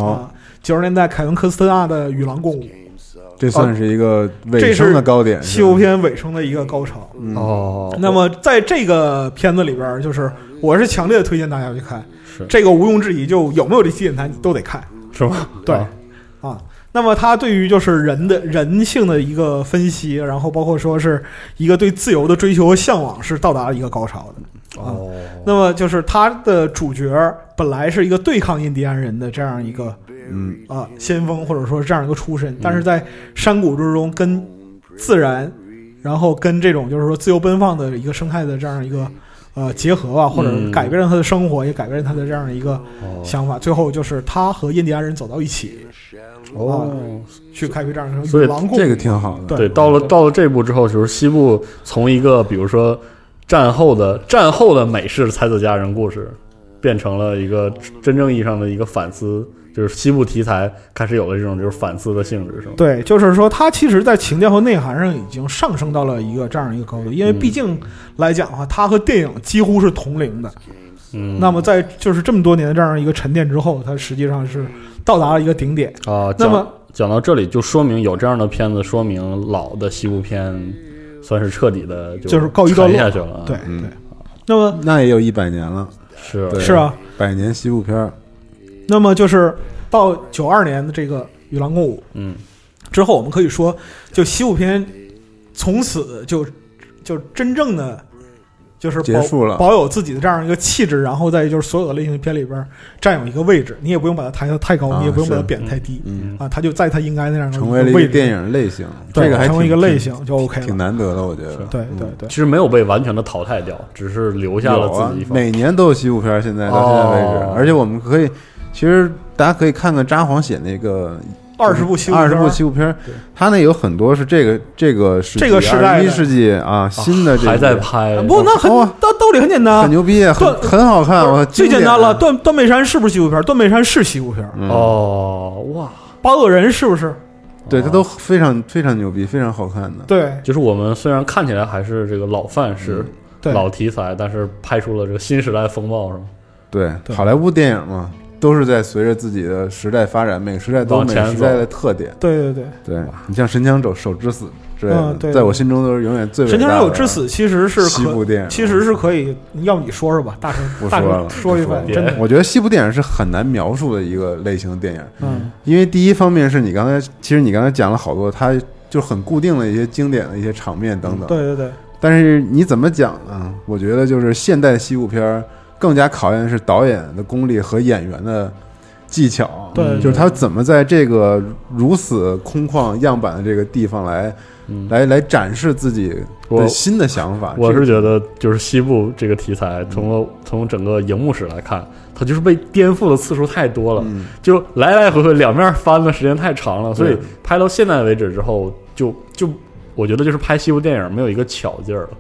90年代凯文科斯特纳的《与狼共舞》， 这算是一个尾声的高点， 西部片尾声的一个高潮。那么在这个片子里边，就是我是强烈的推荐大家去看，这个毋庸置疑，就有没有这基点台你都得看， 是吗？ 对那么它对于就是人性的一个分析，然后包括说是一个对自由的追求和向往是到达了一个高潮的。那么就是他的主角本来是一个对抗印第安人的这样一个先锋，或者说这样一个出身，但是在山谷之中跟自然，然后跟这种就是说自由奔放的一个生态的这样一个结合吧，或者改变了他的生活，也改变了他的这样一个想法。最后就是他和印第安人走到一起，去开辟这样一个所以这个挺好的。 对，到了这步之后，就是西部从一个比如说战后的美式才子佳人故事，变成了一个真正意义上的一个反思。就是西部题材开始有了这种就是反思的性质，是吗？ 对，就是说它其实在情调和内涵上已经上升到了一个这样一个高度，因为毕竟来讲的话，它和电影几乎是同龄的。那么在就是这么多年的这样一个沉淀之后，它实际上是到达了一个顶点啊。那么讲到这里，就说明有这样的片子，说明老的西部片算是彻底的就是告一段落下去了。 对。那么那也有100年了， 是啊 ，100年西部片。 那么就是到92年的这个《与狼共舞》之后，我们可以说，就西部片从此就真正的就是结束了， 保有自己的这样一个气质，然后在就是所有的类型片里边占有一个位置。你也不用把它抬得太高，你也不用把它贬得太低，它就在它应该那样的成为了一个电影类型，这个还成为一个类型就 OK 了， 挺难得的，我觉得。 对， 其实没有被完全的淘汰掉，只是留下了自己。 每年都有西部片，现在到现在为止，而且我们可以。其实大家可以看看札幌写那个 20部西部片，他那有很多是这个时代21世纪啊新的这个还在拍。 不，那道理很简单， 很牛逼，很好看。我最简单了，断背山是不是西部片？断背山是西部片。 哇， 八恶人是不是？ 对，它都非常非常牛逼，非常好看的。 对， 就是我们虽然看起来还是这个老范式、老题材，但是拍出了这个新时代风貌，是吗？ 对，好莱坞电影嘛。都是在随着自己的时代发展，每个时代都有每个时代的特点。 对， 你像《神枪手之死》之类的，在我心中都是永远最伟大的。 神枪手之死其实是西部电影， 其实是可以，要你说说吧，大声不说了， 说一番。真的， 我觉得西部电影是很难描述的一个类型的电影。因为第一方面是你刚才讲了好多，它就很固定的一些经典的一些场面等等。 对。 但是你怎么讲呢？我觉得就是现代西部片更加考验的是导演的功力和演员的技巧， 对， 就是他怎么在这个如此空旷样板的这个地方来展示自己的新的想法。 我是觉得，就是西部这个题材，从整个荧幕史来看，它就是被颠覆的次数太多了，就来来回回两面翻的时间太长了，所以拍到现在为止之后，就我觉得就是拍西部电影没有一个巧劲儿了。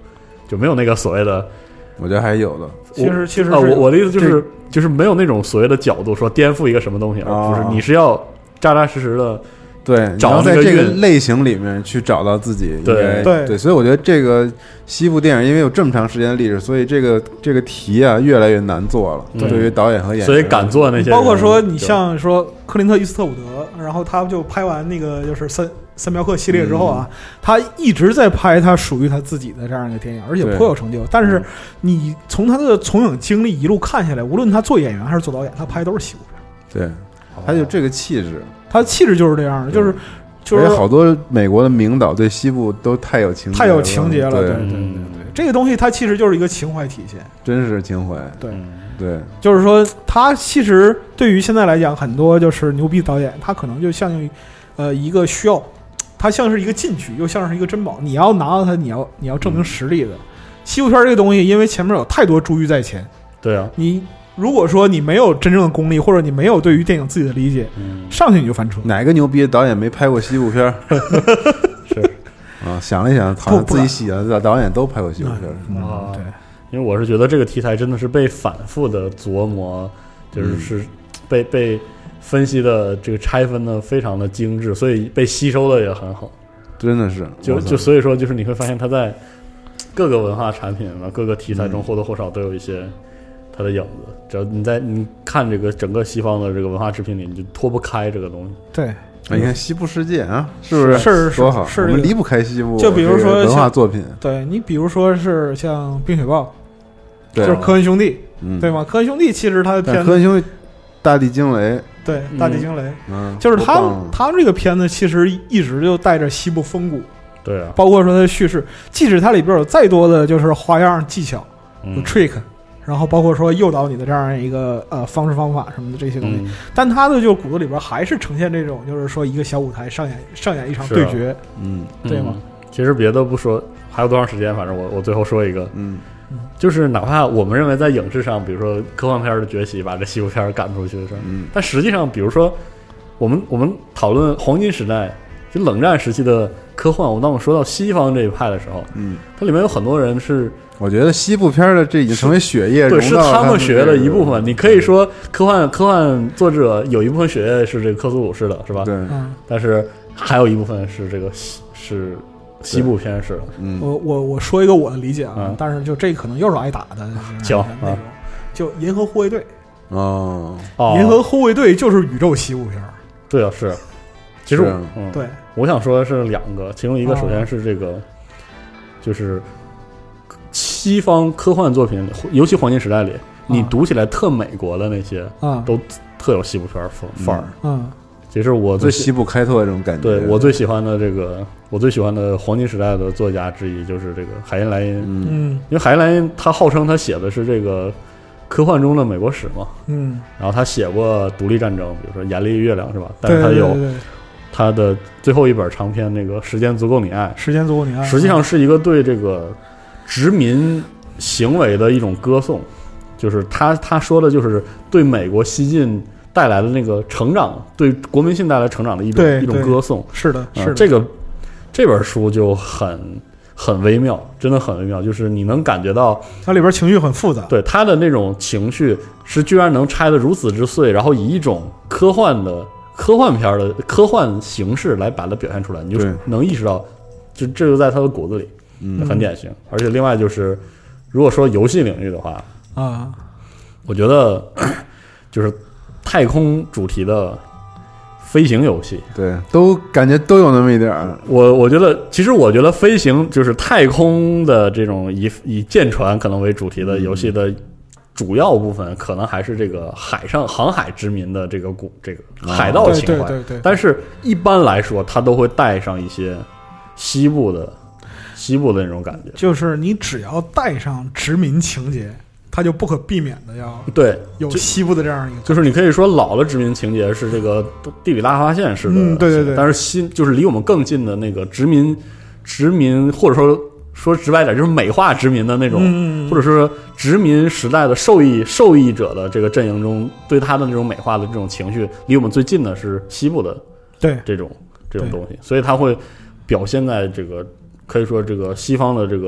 就没有那个所谓的， 我觉得还是有的。 其实我的意思就是没有那种所谓的角度说颠覆一个什么东西，而不是你是要扎扎实实的。 对，找在这个类型里面去找到自己，对，所以我觉得这个西部电影因为有这么长时间的历史，所以这个题啊越来越难做了。对于导演和演员， 所以敢做那些， 包括说你像说克林特·伊斯特伍德，然后他就拍完那个就是三镖客系列之后啊，他一直在拍他属于他自己的这样一个电影，而且颇有成就。但是你从他的从影经历一路看下来，无论他做演员还是做导演，他拍都是西部片。 对，他有这个气质。 他的气质就是这样的，就是好多美国的名导对西部都太有情节了，对， 这个东西它其实就是一个情怀体现， 真是情怀，对， 就是说他其实对于现在来讲，很多就是牛逼导演，他可能就像一个需要，他像是一个禁区，又像是一个珍宝，你要拿到它，你要证明实力的。西部片这个东西，因为前面有太多珠玉在前， 对啊， 你如果说你没有真正的功力，或者你没有对于电影自己的理解，上去你就翻车。 哪个牛逼的导演没拍过西部片？是啊，想了一想，好像自己喜欢的导演都拍过西部片。 对， 因为我是觉得这个题材真的是被反复的琢磨，就是被分析的这个拆分的非常的精致，所以被吸收的也很好。 真的是， 就所以说，就是你会发现它在各个文化产品啊、各个题材中或多或少都有一些它的影子。只要你看这个整个西方的这个文化制品里，你就脱不开这个东西。 对， 你看西部世界啊，是不是是多好？ 是我们离不开西部， 就比如说文化作品。 对，你比如说是像《冰雪暴》， 对， 就是科恩兄弟，对吗？科恩兄弟其实他的片子， 科恩兄弟、大地惊雷， 对，大地惊雷，就是他们这个片子其实一直就带着西部风骨。 对啊， 包括说它的叙事，即使它里边有再多的就是花样技巧，有 trick，然后包括说诱导你的这样一个方式方法什么的这些东西，但它的就骨子里边还是呈现这种就是说一个小舞台上演一场对决，对吗？ 其实别的不说，还有多长时间？反正我最后说一个，就是哪怕我们认为在影视上，比如说科幻片的崛起把这西部片赶出去的事儿，但实际上，比如说我们讨论黄金时代。就冷战时期的科幻，当我说到西方这一派的时候，它里面有很多人是， 我觉得西部片的这已经成为血液， 对，是他们血液的一部分。你可以说科幻作者有一部分血液是这个克苏鲁式的，是吧？ 对， 但是还有一部分是这个是西部片式的。 我说一个我的理解啊，但是就这可能又是挨打的， 行啊， 就银河护卫队哦， 银河护卫队就是宇宙西部片。 对啊，是。其实对， 我想说的是两个，其中一个首先是这个，就是西方科幻作品，尤其黄金时代里，你读起来特美国的那些，都特有西部片范儿。其实我最西部开拓这种感觉。 对，我最喜欢的黄金时代的作家之一就是这个海因莱因。因为海因莱因他号称他写的是这个科幻中的美国史嘛。然后他写过独立战争，比如说《眼里月亮》是吧？但是他有他的最后一本长篇那个《时间足够你爱》，实际上是一个对这个殖民行为的一种歌颂，就是他说的就是对美国西进带来的那个成长，对国民性带来成长的一种歌颂。 是的，是的。 这本书就很微妙，真的很微妙，就是你能感觉到它里边情绪很复杂， 对他的那种情绪是居然能拆得如此之碎，然后以一种科幻片的科幻形式来把它表现出来，你就能意识到，这就在他的骨子里，很典型。而且另外就是，如果说游戏领域的话，我觉得就是太空主题的飞行游戏， 对，都感觉都有那么一点儿。 我觉得，其实我觉得飞行就是太空的这种以舰船可能为主题的游戏的主要部分，可能还是这个航海殖民的这个海盗情怀。 对。 但是一般来说，它都会带上一些西部的那种感觉。 就是你只要带上殖民情节，它就不可避免的要有西部的这样一个， 就是你可以说老的殖民情节是这个地理大发现式的， 对。 但是就是离我们更近的那个殖民，或者说直白点，就是美化殖民的那种，或者说殖民时代的受益者的这个阵营中，对他的那种美化的这种情绪，离我们最近的是西部的这种东西，所以它会表现在这个可以说这个西方的这个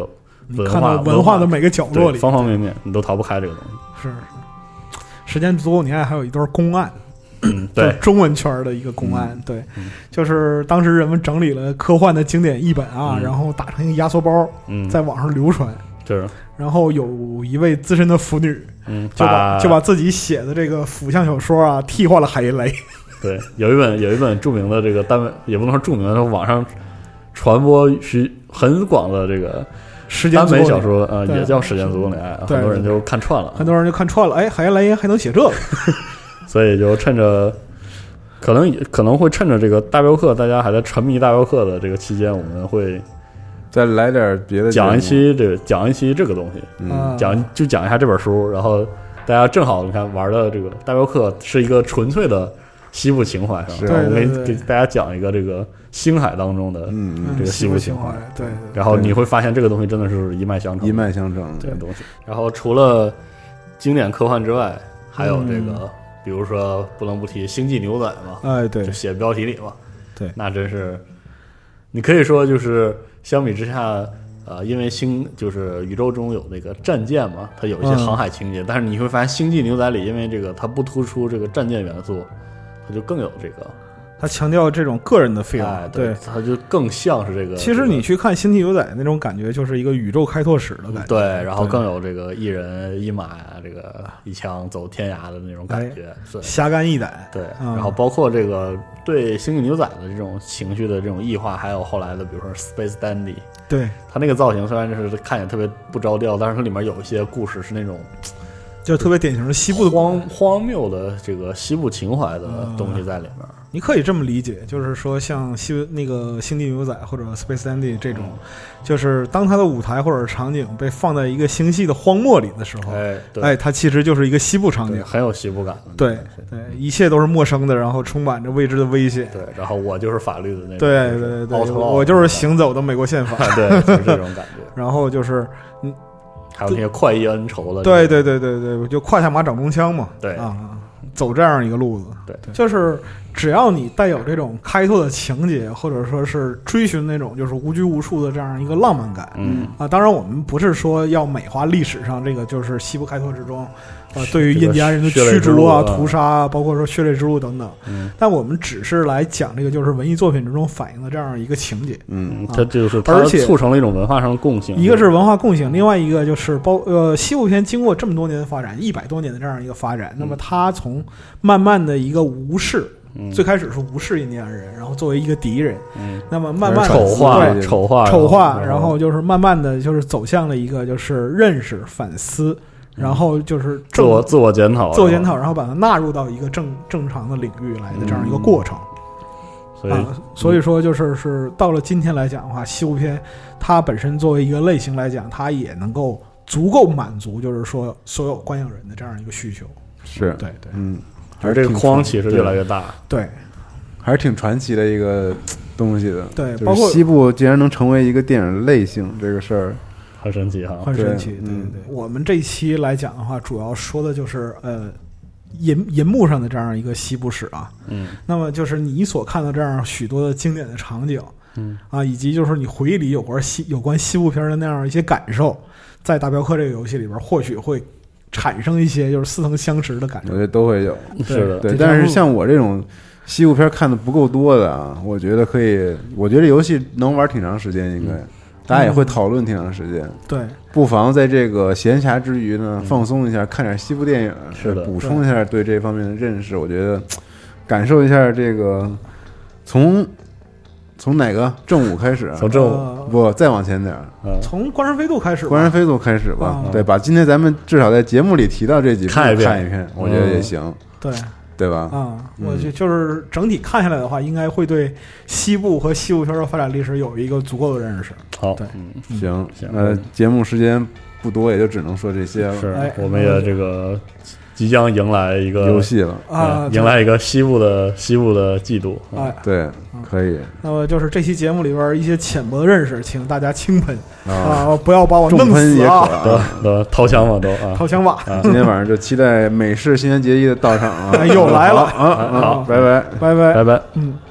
你看到文化的每个角落里， 方方面面你都逃不开这个东西。 是，时间足够年还有一段公案。 对， 中文圈的一个公案，对，就是当时人们整理了科幻的经典译本啊，然后打成一个压缩包，在网上流传。 是， 然后有一位资深的腐女，就把自己写的这个腐向小说啊替换了海因雷。 对，有一本著名的这个单位，也不能说著名的，网上传播很广的这个耽美小说也叫《时间足够恋爱》，很多人就看串了， 哎，海因雷还能写这个。 所以就趁着可能会趁着这个大镖客大家还在沉迷大镖客的这个期间，我们会再来点别的， 讲一期这个东西，讲一下这本书，然后大家正好你看玩的这个大镖客是一个纯粹的西部情怀， 是吧？ 我们给大家讲一个这个星海当中的这个西部情怀， 对， 然后你会发现这个东西真的是一脉相承这个东西。然后除了经典科幻之外，还有这个。比如说不能不提星际牛仔嘛， 哎，对， 就写标题里嘛， 对， 那真是，你可以说就是相比之下，因为就是宇宙中有那个战舰嘛，它有一些航海情节，但是你会发现星际牛仔里，因为这个它不突出这个战舰元素，它就更有这个。 他强调这种个人的 feel， 对，他就更像是这个。 其实你去看《星际牛仔》那种感觉，就是一个宇宙开拓史的感觉。 对，然后更有这个一人一马呀，这个一枪走天涯的那种感觉， 侠肝义胆。 对，然后包括这个对《星际牛仔》的这种情绪的这种异化，还有后来的比如说 Space Dandy， 对， 他那个造型虽然就是看起来特别不着调，但是它里面有一些故事是那种。 就特别典型的西部的荒谬的这个西部情怀的东西在里面， 你可以这么理解，就是说像那个星际牛仔或者 Space Dandy 这种，就是当它的舞台或者场景被放在一个星系的荒漠里的时候，它其实就是一个西部场景， 很有西部感。 对，一切都是陌生的，然后充满着未知的危险。 对，然后我就是法律的那种， 对，我就是行走的美国宪法， 对，就是这种感觉。 然后就是还有那些快意恩仇的， 对，就胯下马掌中枪嘛， 对走这样一个路子， 对， 就是只要你带有这种开拓的情节，或者说是追寻那种就是无拘无束的这样一个浪漫感，当然我们不是说要美化历史上这个就是西部开拓之中，对于印第安人的驱逐啊、屠杀啊，包括说血泪之路等等，但我们只是来讲这个就是文艺作品之中反映的这样一个情节， 它就是而且促成了一种文化上的共性， 一个是文化共性，另外一个就是西部片经过这么多年的发展，100多年的这样一个发展，那么它从慢慢的一个无视。最开始是无视印第安人，然后作为一个敌人，那么慢慢的丑化， 然后就是慢慢的就是走向了一个就是认识、反思，然后就是自我检讨， 然后把它纳入到一个正常的领域来的这样一个过程。所以说就是到了今天来讲的话，西部片它本身作为一个类型来讲，它也能够足够满足，就是说所有观影人的这样一个需求。 是， 对， 而这个框其实越来越大， 对， 还是挺传奇的一个东西的。 对， 包括西部竟然能成为一个电影类型，这个事儿很神奇哈， 很神奇。对，我们这一期来讲的话，主要说的就是银幕上的这样一个西部史啊。那么就是你所看到这样许多的经典的场景，以及就是你回忆里有关西部片的那样一些感受，在大镖客这个游戏里边，或许会产生一些就是似曾相识的感觉， 我觉得都会有， 是的， 对。但是像我这种西部片看的不够多的啊，我觉得可以，我觉得游戏能玩挺长时间，应该大家也会讨论挺长时间。 对， 不妨在这个闲暇之余呢，放松一下，看点西部电影， 是的， 补充一下对这方面的认识。我觉得感受一下这个从哪个正午开始？ 从正午不再往前点， 从官山飞渡开始。 官山飞渡开始吧，对，把今天咱们至少在节目里提到这几部看一遍，我觉得也行。对吧？ 我就是整体看下来的话，应该会对西部和西部片的发展历史有一个足够的认识。 好， 对， 行，节目时间不多，也就只能说这些了。 是，我们也这个即将迎来一个游戏了迎来一个西部的季度。 对，可以。 那么就是这期节目里边一些浅薄的认识，请大家轻喷不要把我弄死啊！ 都掏枪吧， 掏枪吧！ 今天晚上就期待美式新垣结衣的到场啊！ 又来了好，拜拜。 拜拜。